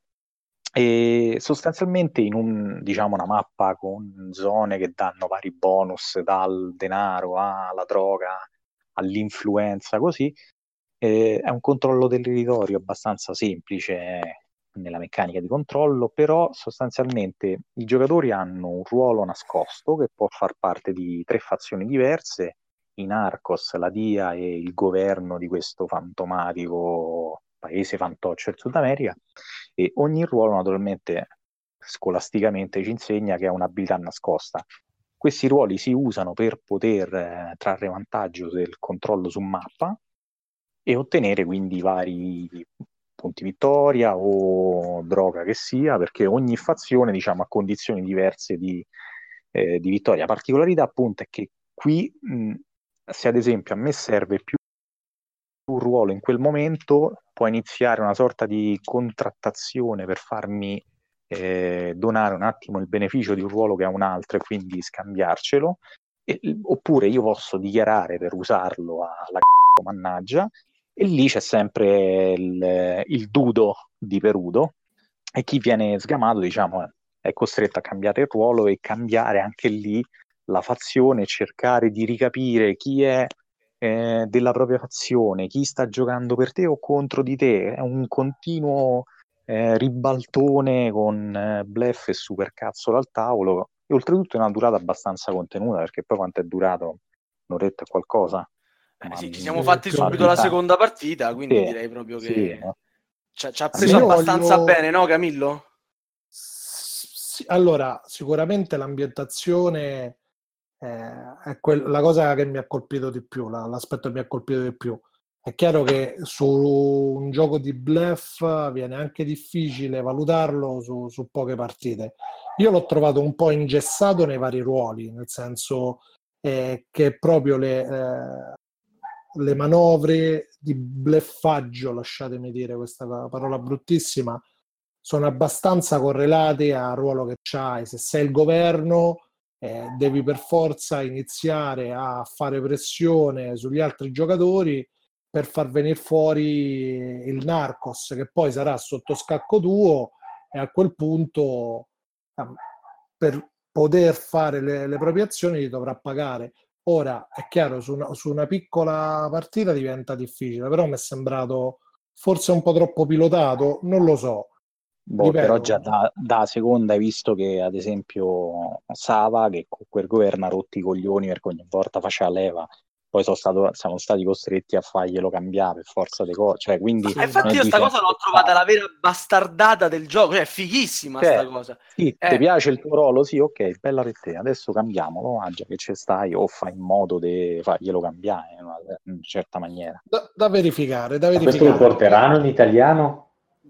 e sostanzialmente in una mappa con zone che danno vari bonus, dal denaro alla droga, all'influenza, così. È un controllo del territorio abbastanza semplice nella meccanica di controllo, però sostanzialmente i giocatori hanno un ruolo nascosto che può far parte di 3 fazioni diverse: i Narcos, la DIA e il governo di questo fantomatico paese fantoccio del Sud America, e ogni ruolo naturalmente scolasticamente ci insegna che ha un'abilità nascosta. Questi ruoli si usano per poter trarre vantaggio del controllo su mappa e ottenere quindi vari punti vittoria o droga che sia, perché ogni fazione, diciamo, ha condizioni diverse di vittoria. La particolarità appunto è che qui se ad esempio a me serve più un ruolo in quel momento, può iniziare una sorta di contrattazione per farmi donare un attimo il beneficio di un ruolo che ha un altro e quindi scambiarcelo, oppure io posso dichiarare per usarlo alla mannaggia, e lì c'è sempre il dudo di Perudo, e chi viene sgamato, diciamo, è costretto a cambiare il ruolo e cambiare anche lì la fazione, cercare di ricapire chi è della propria fazione, chi sta giocando per te o contro di te. È un continuo ribaltone con bluff e supercazzolo al tavolo, e oltretutto è una durata abbastanza contenuta, perché poi quanto è durato? Un'oretta e qualcosa? Sì, ci siamo fatti subito la seconda partita, quindi direi proprio che ci ha preso abbastanza bene, no Camillo? Sì, allora, sicuramente l'ambientazione è la cosa che mi ha colpito di più, l'aspetto che mi ha colpito di più. è chiaro che su un gioco di bluff viene anche difficile valutarlo su poche partite. Io l'ho trovato un po' ingessato nei vari ruoli, nel senso che proprio le manovre di bleffaggio, lasciatemi dire questa parola bruttissima, sono abbastanza correlate al ruolo che c'hai. Se sei il governo, devi per forza iniziare a fare pressione sugli altri giocatori per far venire fuori il Narcos, che poi sarà sotto scacco tuo, e a quel punto per poter fare le proprie azioni ti dovrà pagare. Ora è chiaro, su una piccola partita diventa difficile, però mi è sembrato forse un po' troppo pilotato, non lo so. Boh, però Ripeto, già da seconda hai visto che ad esempio Sava, che con quel governo ha rotti i coglioni perché ogni volta faceva leva, poi siamo stati costretti a farglielo cambiare per forza di cose, cioè quindi Sì, Infatti io sta cosa l'ho trovata la vera bastardata del gioco, cioè fighissima sta cosa. Sì, ti piace il tuo ruolo? Sì, ok, bella per te, adesso cambiamolo, già che ci stai, o fai in modo di farglielo cambiare in una certa maniera. Da verificare, da Questo lo verificare. porteranno in italiano?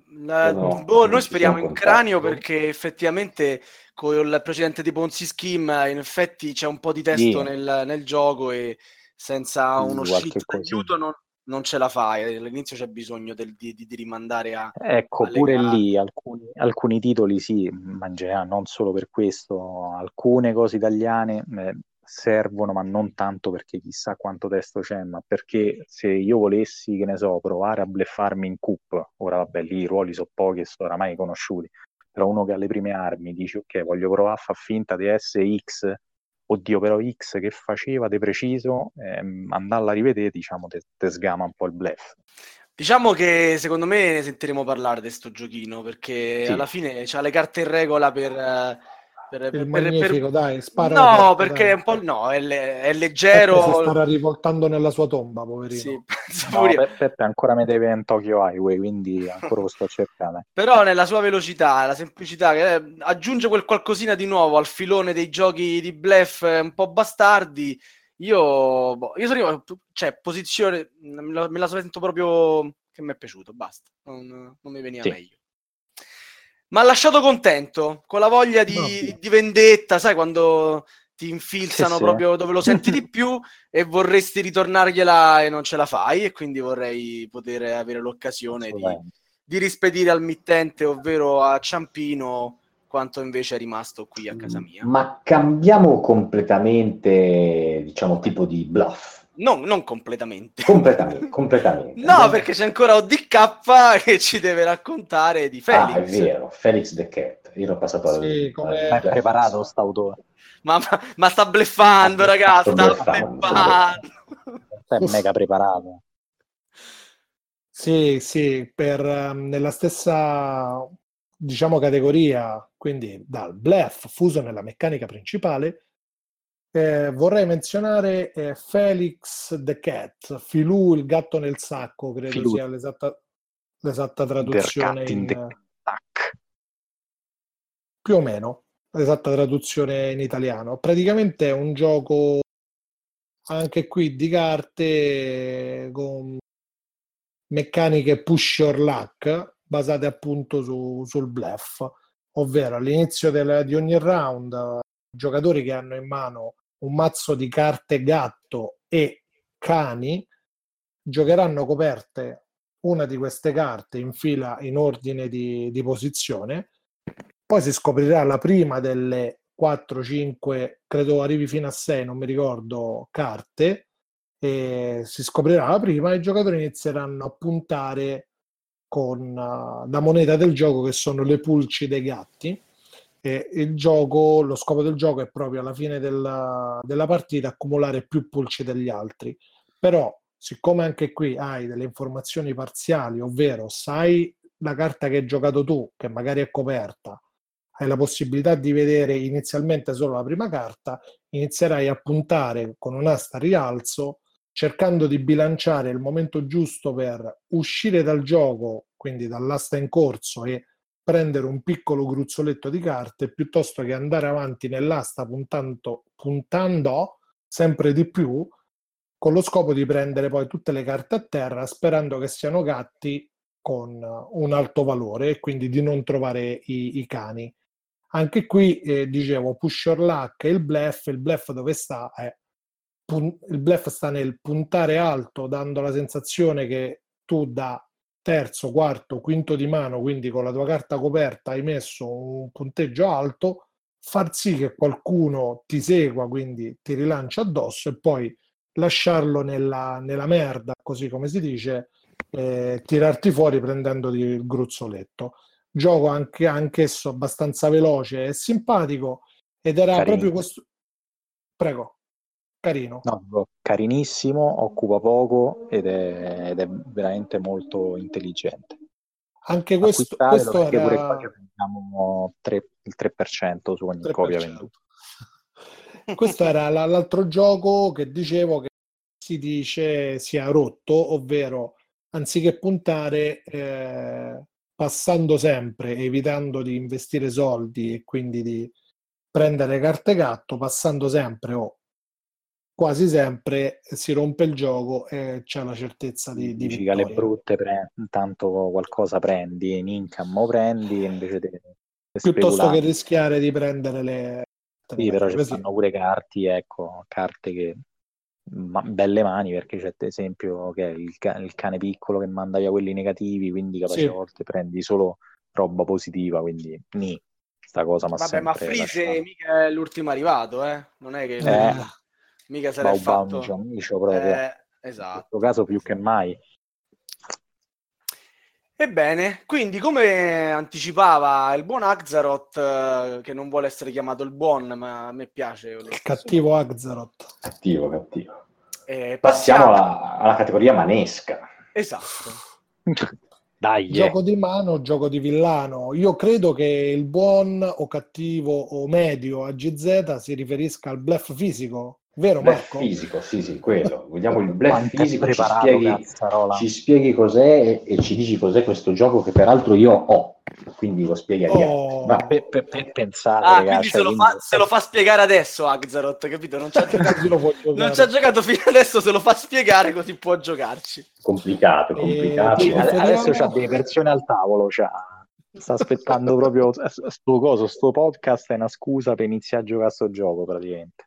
Noi speriamo in cranio, perché effettivamente con il precedente di Ponzi Scheme in effetti c'è un po' di testo nel gioco, e senza uno shit d'aiuto non ce la fai. All'inizio c'è bisogno di rimandare Ecco, alle pure carte. lì alcuni titoli sì, ma in generale non solo per questo, alcune cose italiane servono, ma non tanto perché chissà quanto testo c'è, ma perché se io volessi, che ne so, provare a bleffarmi in CUP, ora vabbè, lì i ruoli sono pochi e sono oramai conosciuti, però uno che ha le prime armi dice ok, voglio provare a far finta di essere X, oddio, però X che faceva di preciso, andarla a rivedere, diciamo, te sgama un po' il bluff. Diciamo che secondo me ne sentiremo parlare di sto giochino, perché Sì. alla fine c'ha le carte in regola Magnifico, dai, spara no, la terza, perché dai. è un po'... No, è Peppe si leggero. starà rivoltando nella sua tomba, poverino. Sì, penso No, pure io. Peppe ancora mi deve in Tokyo Highway, quindi ancora lo sto cercando. Però nella sua velocità, la semplicità, che aggiunge quel qualcosina di nuovo al filone dei giochi di bluff un po' bastardi. Io sono arrivato, cioè, posizione, me la sento proprio che mi è piaciuto, basta, non mi veniva meglio. Ma ha lasciato contento, con la voglia di vendetta, sai, quando ti infilzano proprio dove lo senti di più e vorresti ritornargliela e non ce la fai, e quindi vorrei poter avere l'occasione di rispedire al mittente, ovvero a Ciampino, quanto invece è rimasto qui a casa mia. Ma cambiamo completamente, diciamo, tipo di bluff. Non completamente. Completamente. No, perché c'è ancora ODK che ci deve raccontare di Felix. Ah, è vero, Felix the Cat. Io l'ho passato Sì, come... è preparato st'autore. Ma sta bleffando, ragazzi, sta bleffando. È mega preparato. Sì, nella stessa, diciamo, categoria, quindi dal bluff fuso nella meccanica principale, vorrei menzionare Felix the Cat, Filù il gatto nel sacco, credo sia l'esatta traduzione più o meno, l'esatta traduzione in italiano. Praticamente è un gioco anche qui di carte con meccaniche push or luck basate appunto sul bluff, ovvero all'inizio di ogni round i giocatori che hanno in mano un mazzo di carte gatto e cani giocheranno coperte una di queste carte in fila in ordine di posizione, poi si scoprirà la prima delle 4, 5, credo arrivi fino a 6, non mi ricordo, carte, e si scoprirà la prima e i giocatori inizieranno a puntare con la moneta del gioco, che sono le pulci dei gatti, e lo scopo del gioco è proprio alla fine della partita accumulare più pulci degli altri. Però siccome anche qui hai delle informazioni parziali, ovvero sai la carta che hai giocato tu, che magari è coperta, hai la possibilità di vedere inizialmente solo la prima carta, inizierai a puntare con un'asta a rialzo, cercando di bilanciare il momento giusto per uscire dal gioco, quindi dall'asta in corso, e prendere un piccolo gruzzoletto di carte, piuttosto che andare avanti nell'asta puntando sempre di più con lo scopo di prendere poi tutte le carte a terra sperando che siano gatti con un alto valore e quindi di non trovare i cani. Anche qui dicevo push your luck e il bluff dove sta? Il bluff sta nel puntare alto dando la sensazione che tu da terzo, quarto, quinto di mano, quindi con la tua carta coperta hai messo un punteggio alto, far sì che qualcuno ti segua, quindi ti rilancia addosso e poi lasciarlo nella merda, così come si dice, tirarti fuori prendendoti il gruzzoletto. Gioco anch'esso abbastanza veloce e simpatico ed era Carino. proprio questo. Prego, carino. No, carinissimo, occupa poco ed è veramente molto intelligente. Anche questo Acquistatelo, perché pure qua era ci prendiamo il 3% su ogni 3%. copia venduta. Questo era l'altro gioco che dicevo che si dice sia rotto, ovvero anziché puntare passando sempre, evitando di investire soldi e quindi di prendere carte gatto, passando sempre o quasi sempre si rompe il gioco e c'è la certezza di Dici che alle vittoria. brutte intanto qualcosa prendi, in income prendi invece di Piuttosto speculare. che rischiare di prendere le. Sì, però ci Così. stanno pure carte che belle mani, perché c'è ad esempio che è il cane piccolo che manda via quelli negativi, quindi capace Sì. a volte prendi solo roba positiva, quindi sta cosa Vabbè, ma sempre Freeze mica è l'ultimo arrivato, non è che mica se l'è Baubau fatto. micio proprio. In Esatto. questo caso più che mai. Ebbene, quindi come anticipava il buon Axaroth, che non vuole essere chiamato il buon, ma a me piace lo Il stesso cattivo nome. Axaroth. Cattivo. Passiamo Passiamo alla categoria manesca. Esatto. Dai, Gioco di mano, gioco di villano. Io credo che il buon o cattivo o medio AGZ si riferisca al bluff fisico, vero Bluff Marco? fisico, sì, quello. Vogliamo il bluff Quanto è fisico, preparato, Cazzarola. ci spieghi cos'è e ci dici cos'è questo gioco che peraltro io ho, quindi lo spieghi agli altri. Va. Per pensare, Ah, ragazzi, quindi se lo fa spiegare adesso Axaroth, capito? Non ci ha giocato fino adesso, se lo fa spiegare così può giocarci. Complicato. Adesso c'ha delle persone al tavolo, sta aspettando proprio sto podcast è una scusa per iniziare a giocare a sto gioco praticamente.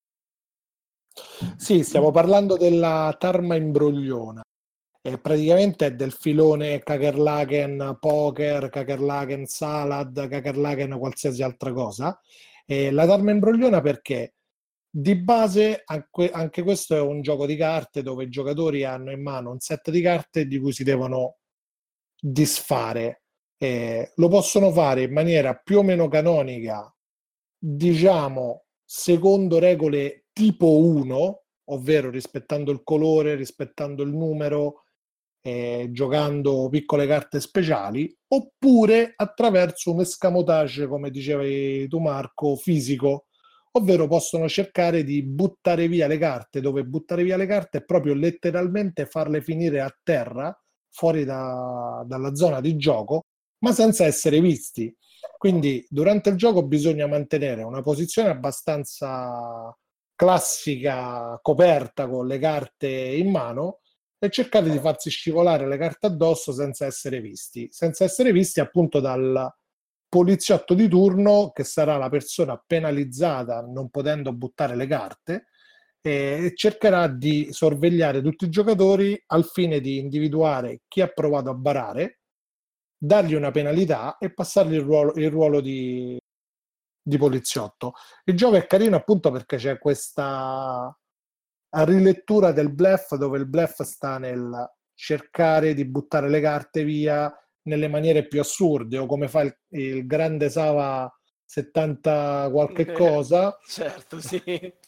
Sì, stiamo parlando della Tarma Imbrogliona. Praticamente è del filone Kakerlaken Poker, Kakerlaken Salad, Kakerlaken qualsiasi altra cosa. La Tarma Imbrogliona perché di base anche questo è un gioco di carte dove i giocatori hanno in mano un set di carte di cui si devono disfare. Lo possono fare in maniera più o meno canonica, diciamo, secondo regole tipo 1, ovvero rispettando il colore, rispettando il numero, giocando piccole carte speciali, oppure attraverso un escamotage, come dicevi tu Marco, fisico, ovvero possono cercare di buttare via le carte, dove buttare via le carte è proprio letteralmente farle finire a terra, fuori dalla zona di gioco, ma senza essere visti. Quindi durante il gioco bisogna mantenere una posizione abbastanza classica, coperta con le carte in mano e cercare di farsi scivolare le carte addosso senza essere visti appunto dal poliziotto di turno, che sarà la persona penalizzata non potendo buttare le carte, e cercherà di sorvegliare tutti i giocatori al fine di individuare chi ha provato a barare, dargli una penalità e passargli il ruolo di poliziotto. Il gioco è carino appunto perché c'è questa rilettura del bluff, dove il bluff sta nel cercare di buttare le carte via nelle maniere più assurde, o come fa il grande Sava 70 qualche cosa, certo, sì.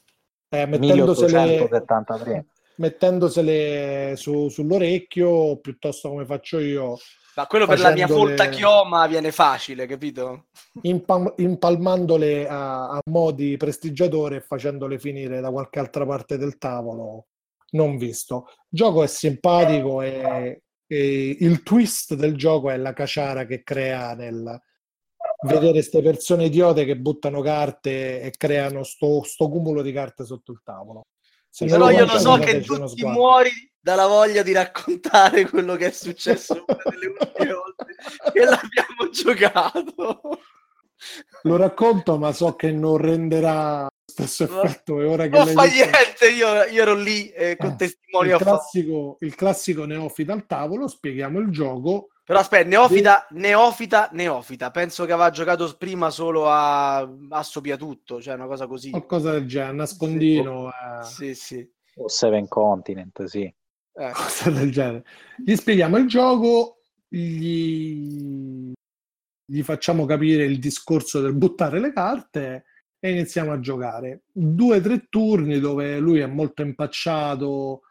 Mettendosele sull'orecchio, piuttosto come faccio io. Ma quello per la mia folta chioma viene facile, capito? Impalmandole a mo' di prestigiatore e facendole finire da qualche altra parte del tavolo non visto. Il gioco è simpatico e il twist del gioco è la caciara che crea nel vedere queste persone idiote che buttano carte e creano sto cumulo di carte sotto il tavolo. Se non Però lo io lo guardi, so non che darci uno tutti sguardo. muori dalla voglia di raccontare quello che è successo una delle ultime volte che l'abbiamo giocato. Lo racconto, ma so che non renderà lo stesso effetto. E ora che Non l'hai fa detto, niente, io ero lì con testimoni a favore. il classico neofita al tavolo, spieghiamo il gioco. Però aspetta, neofita. Penso che aveva giocato prima solo a Sopiatutto, cioè una cosa così. Qualcosa del genere, nascondino, Sì. O Seven Continent, sì. cosa del genere. Gli spieghiamo il gioco, gli facciamo capire il discorso del buttare le carte e iniziamo a giocare. 2 o 3 turni dove lui è molto impacciato,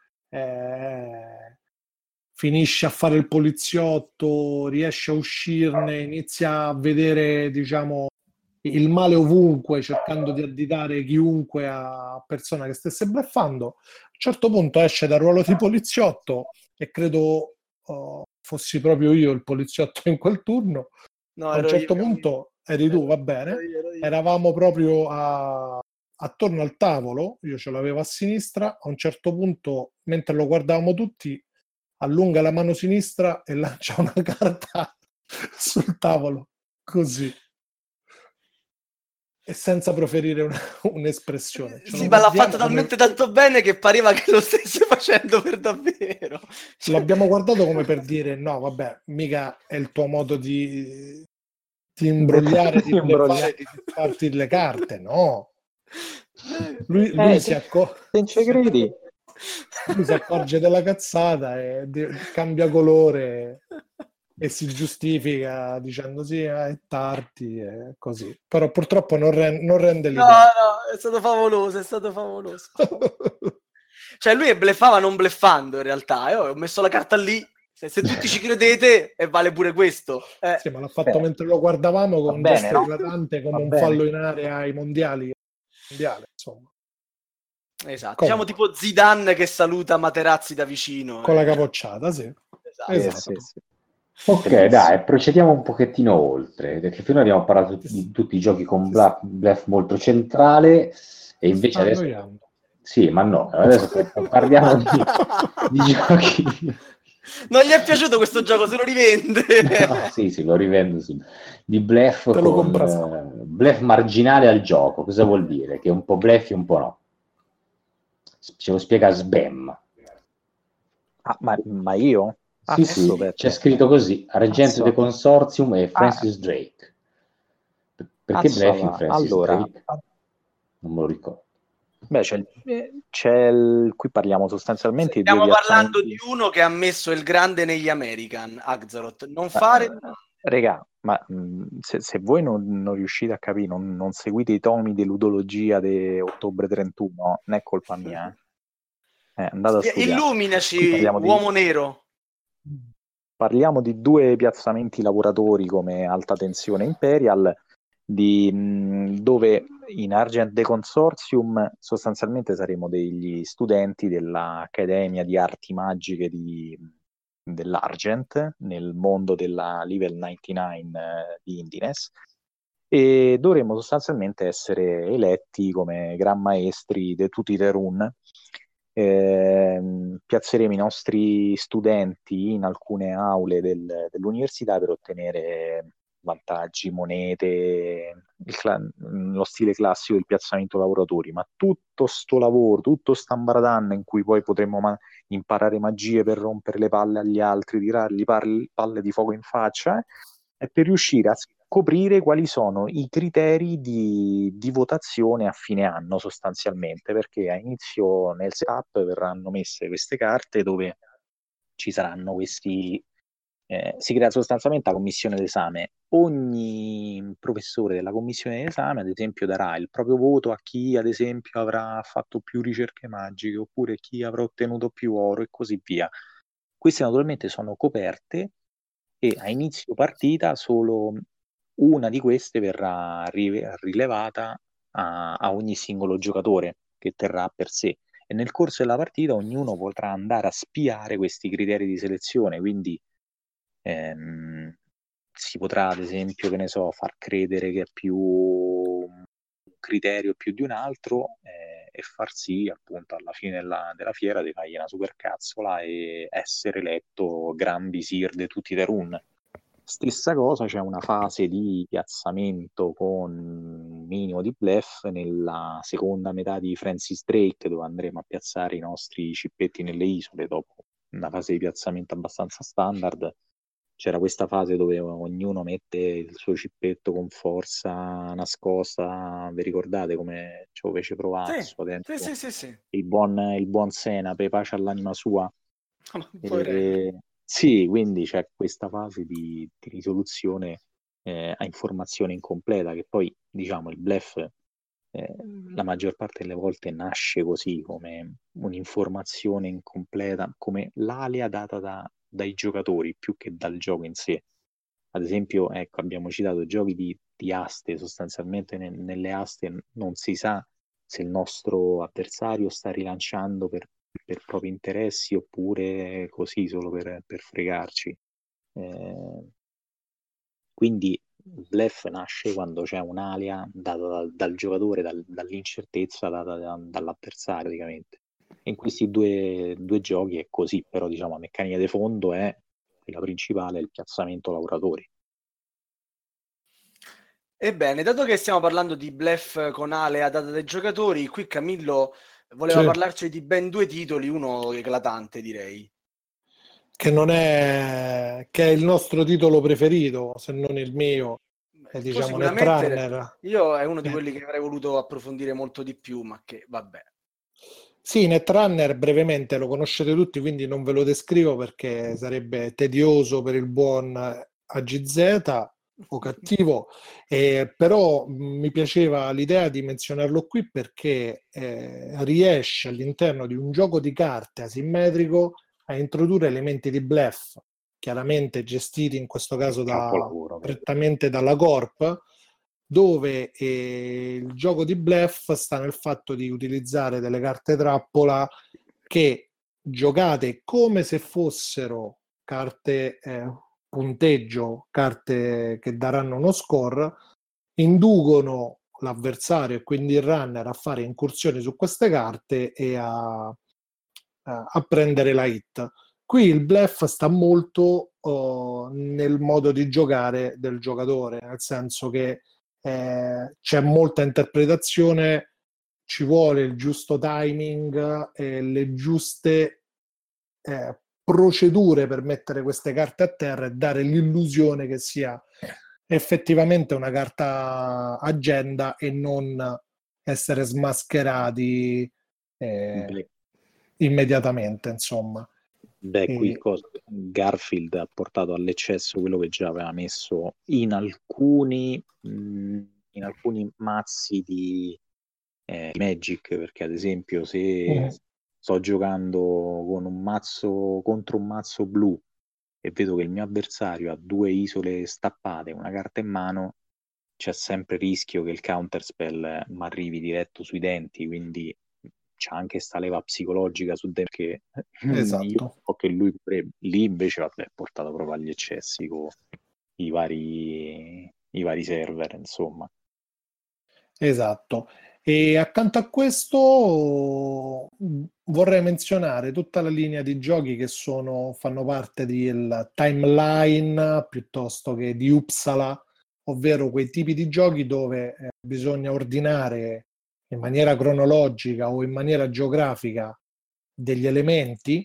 finisce a fare il poliziotto, riesce a uscirne, inizia a vedere, diciamo, il male ovunque, cercando di additare chiunque a persona che stesse bluffando. A un certo punto esce dal ruolo di poliziotto e credo fossi proprio io il poliziotto in quel turno. No, A un certo punto eri tu, va bene. ero io. Eravamo proprio attorno al tavolo, io ce l'avevo a sinistra. A un certo punto, mentre lo guardavamo tutti, allunga la mano sinistra e lancia una carta sul tavolo, così. E senza proferire un'espressione. Sì, ma l'ha fatto talmente tanto bene che pareva che lo stesse facendo per davvero. L'abbiamo guardato come per dire, no, vabbè, mica è il tuo modo di imbrogliare, di bleffare, di farti le carte, no. Lui si accorge della cazzata e cambia colore e si giustifica dicendo sì, è tardi e così. Però purtroppo non rende l'idea. No, è stato favoloso. Cioè lui bleffava non bleffando in realtà. Io ho messo la carta lì. Se tutti ci credete, vale pure questo. Sì, ma l'ha fatto mentre lo guardavamo con un gesto eclatante come un fallo in area ai mondiali. Insomma. Esatto, diciamo tipo Zidane che saluta Materazzi da vicino. Con la capocciata, sì. Esatto. Sì. Ok, dai, procediamo un pochettino oltre, perché fino abbiamo parlato di tutti i giochi con bluff molto centrale e invece adesso... Sì, ma no, adesso parliamo di giochi... Non gli è piaciuto questo gioco, se lo rivende. No, sì, lo rivendo. Sì. Di bluff con bluff marginale al gioco. Cosa vuol dire? Che un po' bluff e un po' no. Ce lo spiega Sbam. Ma io? Sì, c'è scritto così: Argento de Consortium e Francis Drake. Perché bluff in Francis Drake? Non me lo ricordo. Beh, qui parliamo sostanzialmente stiamo parlando di uno che ha messo il grande negli American, Axaroth. Non fare... Regà, ma se voi non riuscite a capire, non seguite i tomi di ludologia di ottobre 31, non è colpa mia. Andate a studiare. Illuminaci, uomo nero. Parliamo di 2 piazzamenti lavoratori come Alta Tensione Imperial, dove in Argent de Consortium sostanzialmente saremo degli studenti dell'Accademia di Arti Magiche dell'Argent nel mondo della Level 99 di Indines, e dovremo sostanzialmente essere eletti come gran maestri de tutti i run. Piazzeremo i nostri studenti in alcune aule dell'università per ottenere vantaggi, monete, lo stile classico del piazzamento lavoratori, ma tutto sto lavoro, tutto st'ambaradan in cui poi potremo imparare magie per rompere le palle agli altri, tirargli palle di fuoco in faccia, è per riuscire a scoprire quali sono i criteri di votazione a fine anno sostanzialmente, perché a inizio nel setup verranno messe queste carte dove ci saranno questi... si crea sostanzialmente la commissione d'esame. Ogni professore della commissione d'esame, ad esempio, darà il proprio voto a chi, ad esempio, avrà fatto più ricerche magiche, oppure chi avrà ottenuto più oro e così via. Queste naturalmente sono coperte e a inizio partita solo una di queste verrà rilevata a ogni singolo giocatore che terrà per sé, e nel corso della partita ognuno potrà andare a spiare questi criteri di selezione, quindi si potrà ad esempio, che ne so, far credere che è più un criterio più di un altro, e far sì, appunto, alla fine della fiera di fargli una super cazzola e essere eletto Gran Visir de tutti i Run. Stessa cosa, c'è una fase di piazzamento con un minimo di bluff nella seconda metà di Francis Drake, dove andremo a piazzare i nostri cippetti nelle isole dopo una fase di piazzamento abbastanza standard. C'era questa fase dove ognuno mette il suo cippetto con forza nascosta. Vi ricordate come ci lo fece provare? Sì. Il buon Senape, pace all'anima sua. Poverello. Sì, quindi c'è questa fase di risoluzione a informazione incompleta, che poi, diciamo, il bluff la maggior parte delle volte nasce così, come un'informazione incompleta, come l'alea data dai giocatori più che dal gioco in sé. Ad esempio, ecco, abbiamo citato giochi di aste. Sostanzialmente nelle aste non si sa se il nostro avversario sta rilanciando per propri interessi oppure così solo per fregarci. Quindi il bluff nasce quando c'è un'alea data dal giocatore, dall'incertezza data dall'avversario praticamente. E in questi due giochi è così, però diciamo la meccanica di fondo è quella principale, il piazzamento lavoratori. Ebbene, dato che stiamo parlando di bluff con alea data dai giocatori, qui Camillo voleva parlarci di ben 2 titoli, uno eclatante direi. Che non è che è il nostro titolo preferito, se non il mio, è diciamo Netrunner. Io è uno di quelli che avrei voluto approfondire molto di più, ma che vabbè. Sì, Netrunner brevemente lo conoscete tutti, quindi non ve lo descrivo perché sarebbe tedioso per il buon AGZ o cattivo, però mi piaceva l'idea di menzionarlo qui perché riesce all'interno di un gioco di carte asimmetrico a introdurre elementi di bluff, chiaramente gestiti in questo caso prettamente dalla Corp, dove il gioco di bluff sta nel fatto di utilizzare delle carte trappola che giocate come se fossero carte punteggio, carte che daranno uno score, inducono l'avversario e quindi il runner a fare incursioni su queste carte e a prendere la hit. Qui il bluff sta molto nel modo di giocare del giocatore, nel senso che c'è molta interpretazione, ci vuole il giusto timing e le giuste procedure per mettere queste carte a terra e dare l'illusione che sia effettivamente una carta agenda e non essere smascherati immediatamente, insomma. Qui Garfield ha portato all'eccesso quello che già aveva messo in alcuni mazzi di Magic, perché ad esempio se sto giocando con un mazzo contro un mazzo blu e vedo che il mio avversario ha 2 isole stappate, una carta in mano, c'è sempre il rischio che il counterspell mi arrivi diretto sui denti, quindi c'è anche sta leva psicologica su te, perché io so che lui lì invece è portato proprio agli eccessi con i vari server, insomma. Esatto. E accanto a questo vorrei menzionare tutta la linea di giochi che fanno parte del timeline piuttosto che di Uppsala, ovvero quei tipi di giochi dove bisogna ordinare in maniera cronologica o in maniera geografica degli elementi,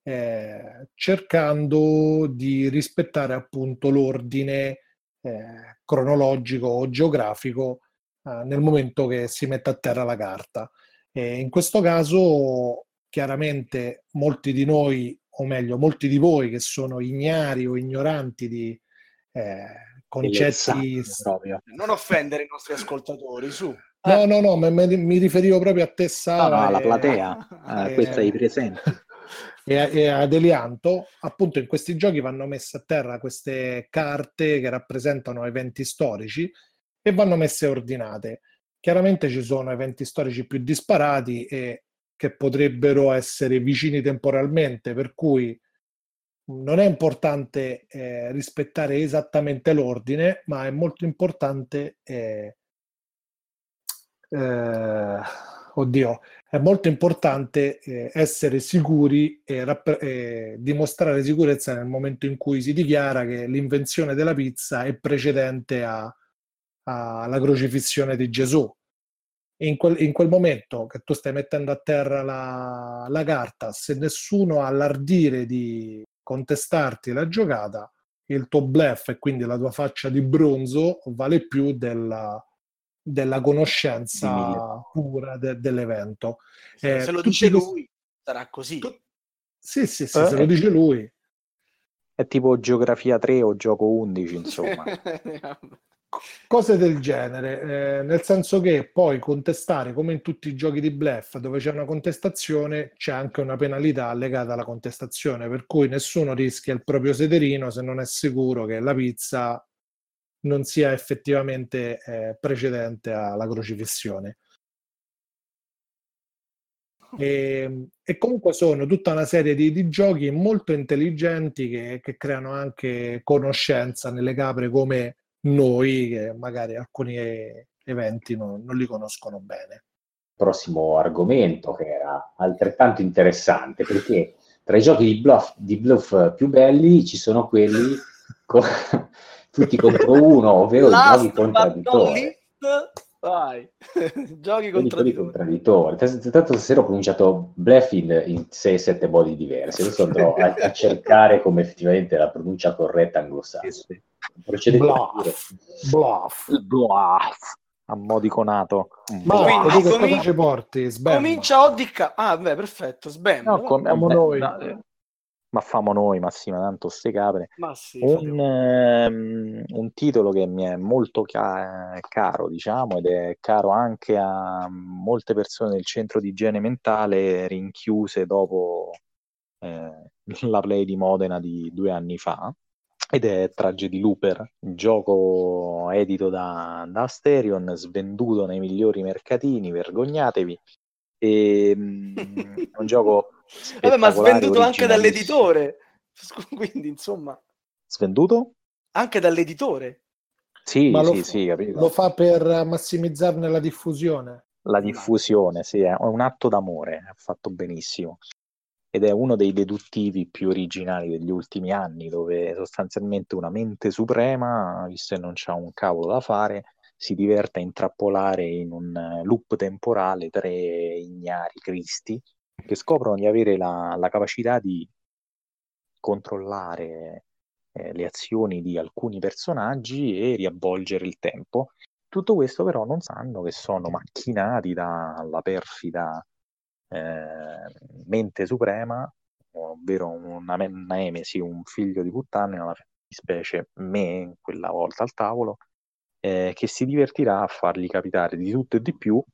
cercando di rispettare appunto l'ordine cronologico o geografico nel momento che si mette a terra la carta. In questo caso, chiaramente, molti di noi, o meglio, molti di voi che sono ignari o ignoranti di concetti... Non offendere i nostri ascoltatori, su. No, mi riferivo proprio a te, Sava. Alla platea, questa è i presenti. E ad Elianto, appunto in questi giochi vanno messe a terra queste carte che rappresentano eventi storici e vanno messe ordinate. Chiaramente ci sono eventi storici più disparati e che potrebbero essere vicini temporalmente, per cui non è importante rispettare esattamente l'ordine, ma è molto importante oddio, è molto importante essere sicuri e dimostrare sicurezza nel momento in cui si dichiara che l'invenzione della pizza è precedente alla crocifissione di Gesù. In quel momento che tu stai mettendo a terra la carta, se nessuno ha l'ardire di contestarti la giocata, il tuo bluff e quindi la tua faccia di bronzo vale più della conoscenza pura dell'evento. Se lo Tutti dice questi- lui, sarà così. Sì, se lo dice lui. È tipo Geografia 3 o Gioco 11, insomma. Cose del genere, nel senso che poi contestare, come in tutti i giochi di bluff dove c'è una contestazione, c'è anche una penalità legata alla contestazione, per cui nessuno rischia il proprio sederino se non è sicuro che la pizza non sia effettivamente precedente alla crocifissione. E comunque sono tutta una serie di giochi molto intelligenti che creano anche conoscenza nelle capre come noi, che magari alcuni eventi non li conoscono bene. Prossimo argomento che era altrettanto interessante, perché tra i giochi di bluff più belli ci sono quelli tutti contro uno, ovvero i giochi contraddittori. Vai. Giochi Quelli contraddittori. contraddittori. Tanto stasera ho pronunciato bluff in 6-7 modi diversi. Adesso andrò a cercare come effettivamente la pronuncia corretta anglosassone. Procedete pure. Bluff. Ammodiconato. Marco, tu che cosa Comin- ci porti? Sbam. Comincia ODK. Ah, beh, perfetto. Sbam. No, Siamo noi. ma famo noi, Massima, tanto ste capre. Ma sì, Un titolo che mi è molto caro, diciamo, ed è caro anche a molte persone del centro di igiene mentale rinchiuse dopo la play di Modena di 2 anni fa, ed è Tragedy Looper, un gioco edito da Asterion, svenduto nei migliori mercatini, vergognatevi. È un gioco vabbè, ma svenduto anche originalissimo. dall'editore. Quindi, insomma, Svenduto? anche dall'editore. Sì, Ma sì, capito. lo fa per massimizzarne la diffusione. La diffusione, sì, è un atto d'amore, è fatto benissimo. Ed è uno dei deduttivi più originali degli ultimi anni, dove sostanzialmente una mente suprema, visto che non c'ha un cavolo da fare, si diverte a intrappolare in un loop temporale 3 ignari cristi che scoprono di avere la capacità di controllare le azioni di alcuni personaggi e riavvolgere il tempo. Tutto questo però non sanno che sono macchinati dalla perfida mente suprema, ovvero una Nemesi, un figlio di puttana, nella specie me, quella volta al tavolo, che si divertirà a fargli capitare di tutto e di più,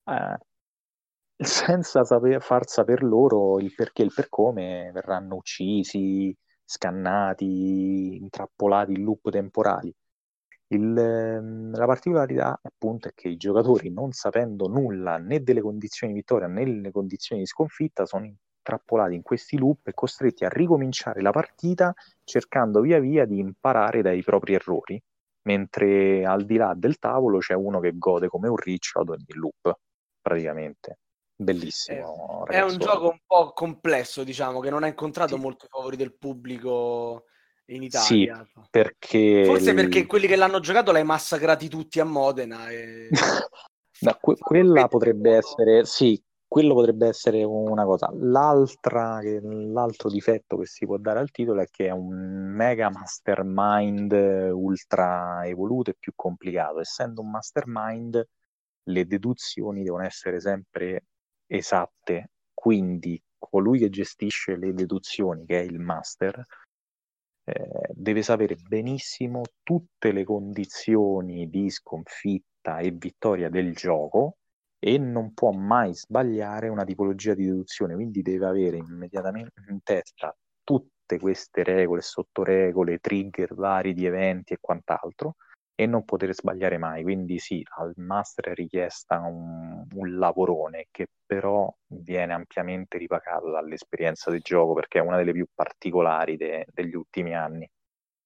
senza far saper loro il perché e il per come verranno uccisi, scannati, intrappolati in loop temporali. La particolarità appunto è che i giocatori, non sapendo nulla né delle condizioni di vittoria né delle condizioni di sconfitta, sono intrappolati in questi loop e costretti a ricominciare la partita cercando via via di imparare dai propri errori, mentre al di là del tavolo c'è uno che gode come un riccio ad ogni loop, praticamente. Bellissimo, È un ragazzo. gioco un po' complesso, diciamo, che non ha incontrato Sì. molti favori del pubblico in Italia. Sì, perché Forse perché quelli che l'hanno giocato l'hai massacrati tutti a Modena. E... no, quella potrebbe essere, sì, quello potrebbe essere una cosa. L'altro difetto che si può dare al titolo è che è un mega mastermind ultra evoluto e più complicato. Essendo un mastermind, le deduzioni devono essere sempre esatte, quindi colui che gestisce le deduzioni, che è il master, deve sapere benissimo tutte le condizioni di sconfitta e vittoria del gioco e non può mai sbagliare una tipologia di deduzione, quindi deve avere immediatamente in testa tutte queste regole, sottoregole, trigger vari di eventi e quant'altro, e non poter sbagliare mai. Quindi sì, al master è richiesta un lavorone che però viene ampiamente ripagato dall'esperienza del gioco, perché è una delle più particolari degli ultimi anni.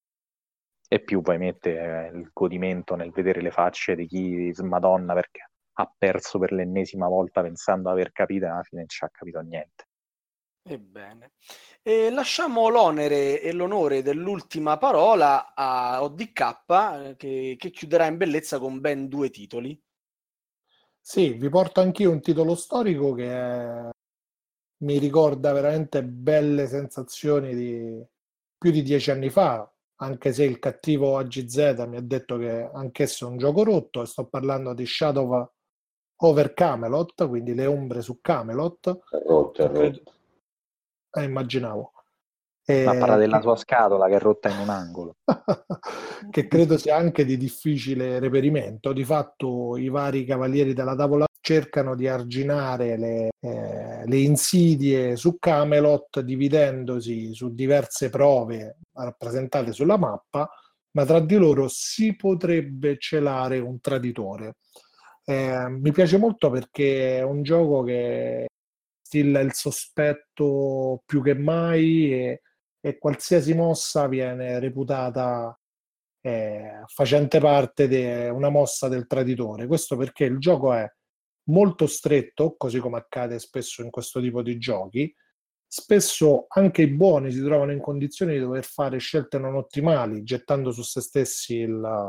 E più ovviamente il godimento nel vedere le facce di chi smadonna perché ha perso per l'ennesima volta pensando di aver capito e alla fine non ci ha capito niente. Ebbene, lasciamo l'onere e l'onore dell'ultima parola a ODK, che chiuderà in bellezza con ben 2 titoli. Sì, vi porto anch'io un titolo storico mi ricorda veramente belle sensazioni di più di 10 anni fa, anche se il cattivo AGZ mi ha detto che anch'esso è un gioco rotto, e sto parlando di Shadow over Camelot, quindi le ombre su Camelot. È rotto, è che credo- rotto. immaginavo. Ma parla della Che... sua scatola che è rotta in un angolo. che credo sia anche di difficile reperimento. Di fatto i vari cavalieri della tavola cercano di arginare le insidie su Camelot, dividendosi su diverse prove rappresentate sulla mappa, ma tra di loro si potrebbe celare un traditore. Mi piace molto perché è un gioco che stilla il sospetto più che mai, e qualsiasi mossa viene reputata facente parte di una mossa del traditore. Questo perché il gioco è molto stretto, così come accade spesso in questo tipo di giochi. Spesso anche i buoni si trovano in condizioni di dover fare scelte non ottimali, gettando su se stessi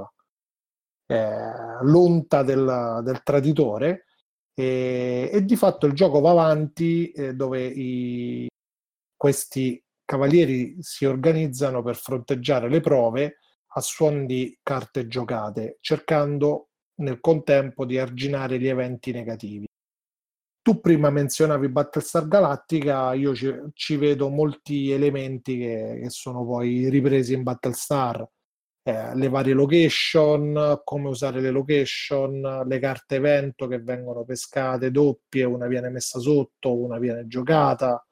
l'onta del traditore, e di fatto il gioco va avanti, dove questi cavalieri si organizzano per fronteggiare le prove a suon di carte giocate, cercando nel contempo di arginare gli eventi negativi. Tu prima menzionavi Battlestar Galactica, io ci vedo molti elementi che sono poi ripresi in Battlestar. Le varie location, come usare le location, le carte evento che vengono pescate doppie, una viene messa sotto, una viene giocata.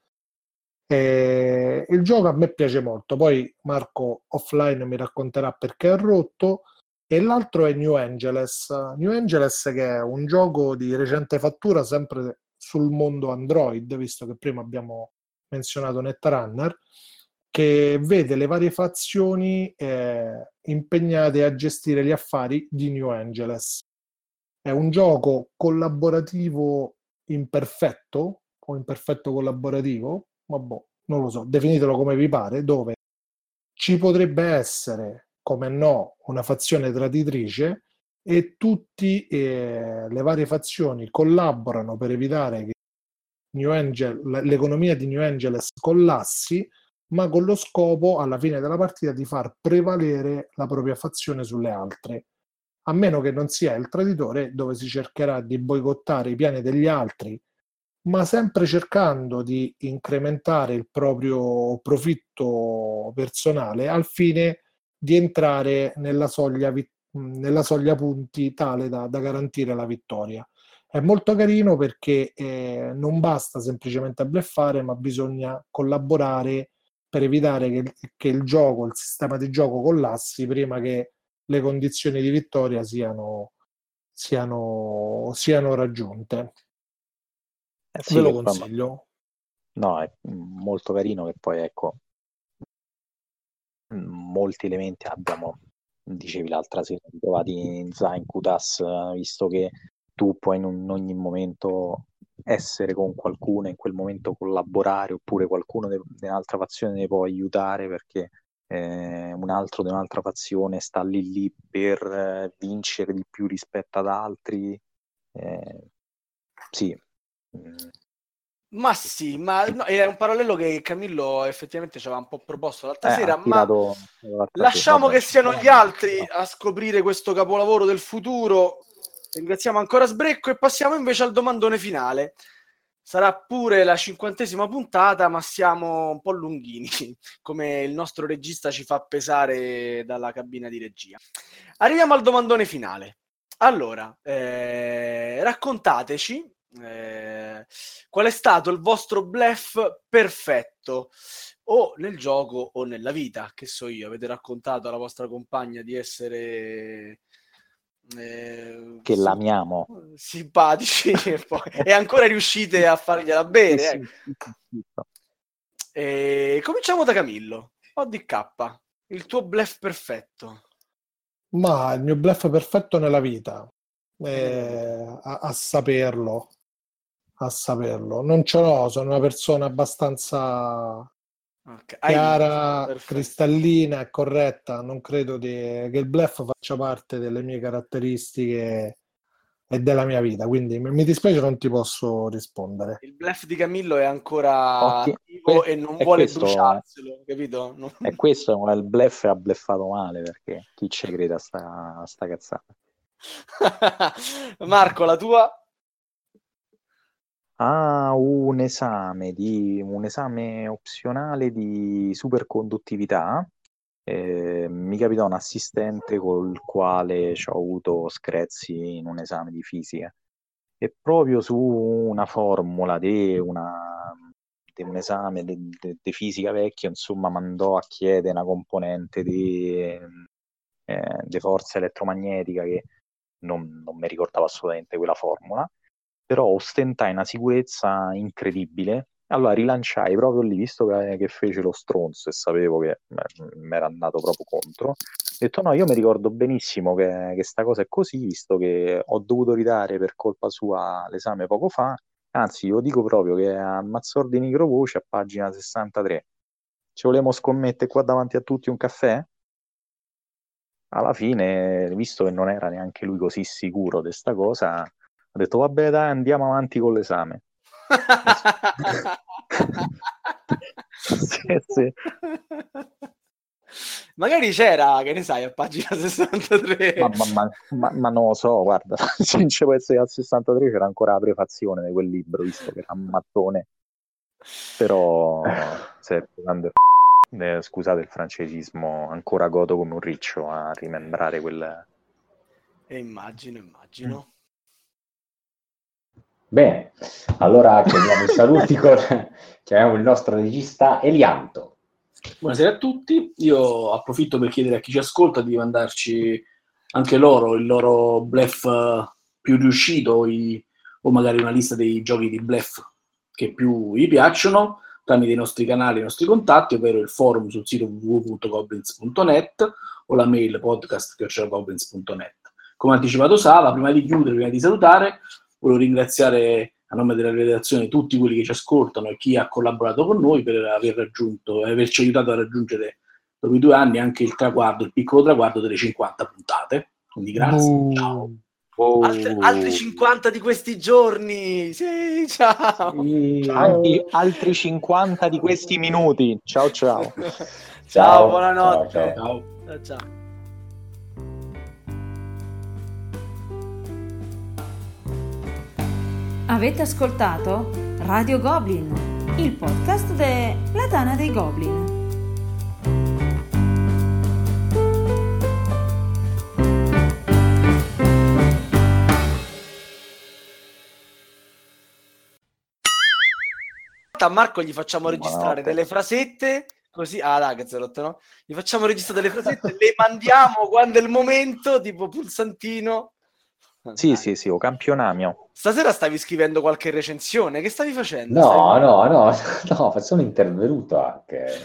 Il gioco a me piace molto, poi Marco offline mi racconterà perché è rotto. E l'altro è New Angeles. New Angeles, che è un gioco di recente fattura sempre sul mondo Android, visto che prima abbiamo menzionato Netrunner, che vede le varie fazioni impegnate a gestire gli affari di New Angeles. È un gioco collaborativo imperfetto o imperfetto collaborativo, vabbè, non lo so, definitelo come vi pare, dove ci potrebbe essere, come no, una fazione traditrice, e tutte le varie fazioni collaborano per evitare che l'economia di New Angeles collassi, ma con lo scopo alla fine della partita di far prevalere la propria fazione sulle altre, a meno che non sia il traditore, dove si cercherà di boicottare i piani degli altri, ma sempre cercando di incrementare il proprio profitto personale al fine di entrare nella soglia punti tale da garantire la vittoria. È molto carino perché non basta semplicemente bluffare, ma bisogna collaborare per evitare che il gioco, il sistema di gioco collassi prima che le condizioni di vittoria siano raggiunte. Sì, Ve lo che poi, consiglio. no, è molto carino che poi, ecco, molti elementi abbiamo, dicevi l'altra sera, trovati in Zainkutas, visto che tu puoi in ogni momento essere con qualcuno, in quel momento collaborare, oppure qualcuno dell'altra fazione ne può aiutare perché un altro di un'altra fazione sta lì per vincere di più rispetto ad altri. Sì. Ma sì, ma no, è un parallelo che Camillo effettivamente ci aveva un po' proposto l'altra sera, ma L'altra lasciamo sera, che siano gli altri a scoprire questo capolavoro del futuro. Ringraziamo ancora Sbrecco e passiamo invece al domandone finale. Sarà pure la 50ª puntata, ma siamo un po' lunghini, come il nostro regista ci fa pesare dalla cabina di regia. Arriviamo al domandone finale. Allora, raccontateci qual è stato il vostro bluff perfetto, o nel gioco o nella vita, che so io. Avete raccontato alla vostra compagna di essere che l'amiamo. simpatici e ancora riuscite a fargliela bene. Cominciamo da Camillo. ODK, il tuo bluff perfetto. Ma il mio bluff perfetto nella vita. a saperlo. Non ce l'ho, sono una persona abbastanza chiara, cristallina e corretta. Non credo che il bluff faccia parte delle mie caratteristiche e della mia vita, quindi mi dispiace, non ti posso rispondere. Il bluff di Camillo è ancora attivo e non vuole bruciarselo, capito? E questo è il bluff, ha bluffato male, perché chi ci crede a sta cazzata? Marco, la tua? Un esame opzionale di superconduttività. Mi capitò un assistente col quale ho avuto screzi in un esame di fisica, e proprio su una formula di un esame di fisica vecchio, insomma, mandò a chiedere una componente di forza elettromagnetica che non mi ricordavo assolutamente quella formula, però ostentai una sicurezza incredibile. Allora rilanciai proprio lì, visto che fece lo stronzo e sapevo che mi era andato proprio contro. Ho detto no, io mi ricordo benissimo che sta cosa è così, visto che ho dovuto ridare per colpa sua l'esame poco fa. Anzi, io dico proprio che a mazzor di microvoce a pagina 63 ci volevamo scommettere qua davanti a tutti un caffè? Alla fine, visto che non era neanche lui così sicuro di sta cosa, ho detto vabbè dai, andiamo avanti con l'esame. Sì. Magari c'era, che ne sai, a pagina 63. Ma non lo so, guarda, se non ci può essere al 63 c'era ancora la prefazione di quel libro, visto che era un mattone. Però scusate il francesismo, ancora godo come un riccio a rimembrare quel... Immagino. Bene, allora chiediamo i saluti chiamiamo il nostro regista Elianto. Buonasera a tutti, io approfitto per chiedere a chi ci ascolta di mandarci anche loro il loro bluff più riuscito o magari una lista dei giochi di bluff che più gli piacciono tramite i nostri canali, i nostri contatti, ovvero il forum sul sito www.goblins.net o la mail podcast@goblins.net. Come ha anticipato Sala, prima di chiudere, prima di salutare, volevo ringraziare a nome della redazione tutti quelli che ci ascoltano e chi ha collaborato con noi per averci aiutato a raggiungere dopo i 2 anni anche il piccolo traguardo delle 50 puntate. Quindi grazie, ciao. Altri 50 di questi giorni, sì, ciao. Altri 50 di questi minuti, ciao. Ciao, buonanotte. Ciao. Avete ascoltato Radio Goblin, il podcast della Tana dei Goblin. A Marco gli facciamo registrare delle frasette, così... Gazzerotto, no? Gli facciamo registrare delle frasette, le mandiamo quando è il momento, tipo pulsantino. Sì, o campionamio. Stasera stavi scrivendo qualche recensione? Che stavi facendo? No, facciamo un intervenuto anche.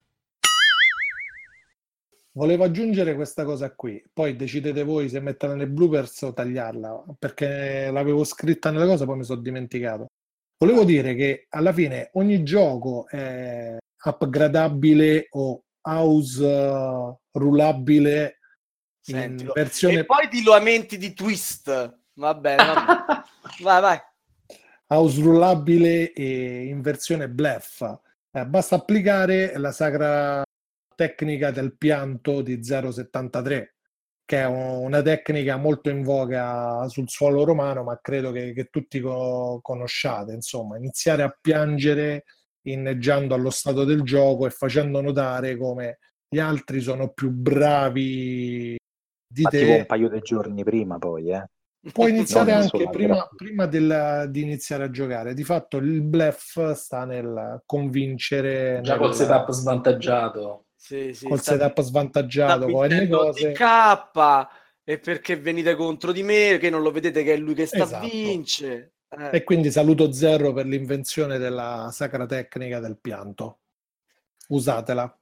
Volevo aggiungere questa cosa qui, poi decidete voi se metterla nei bloopers o tagliarla, perché l'avevo scritta nella cosa, poi mi sono dimenticato. Volevo dire che alla fine ogni gioco è upgradabile o house rullabile in versione... E poi ti lamenti di twist. Vabbè. vai. House rullabile e in versione bluff. Basta applicare la sacra tecnica del pianto di 0,73, che è una tecnica molto in voga sul suolo romano, ma credo che tutti conosciate. Insomma, iniziare a piangere inneggiando allo stato del gioco e facendo notare come gli altri sono più bravi di te. Tipo un paio di giorni prima, poi, Puoi iniziare anche prima di iniziare a giocare. Di fatto il bluff sta nel convincere... Già col setup svantaggiato. Sì, col setup svantaggiato con le cose K, e perché venite contro di me, che non lo vedete che è lui che sta Esatto. vince. E quindi saluto Zero per l'invenzione della sacra tecnica del pianto. Usatela.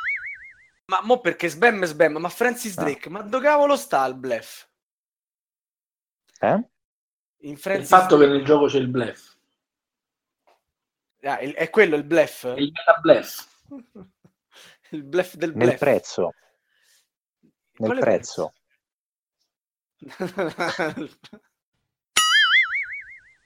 Ma mo perché sbam, ma Francis Drake, ma dove cavolo sta il bluff? In Il Francis fatto che Drake. nel gioco c'è il bluff. È quello il bluff? Il meta bluff. Il bluff del Nel bluff. prezzo. Nel Quale prezzo.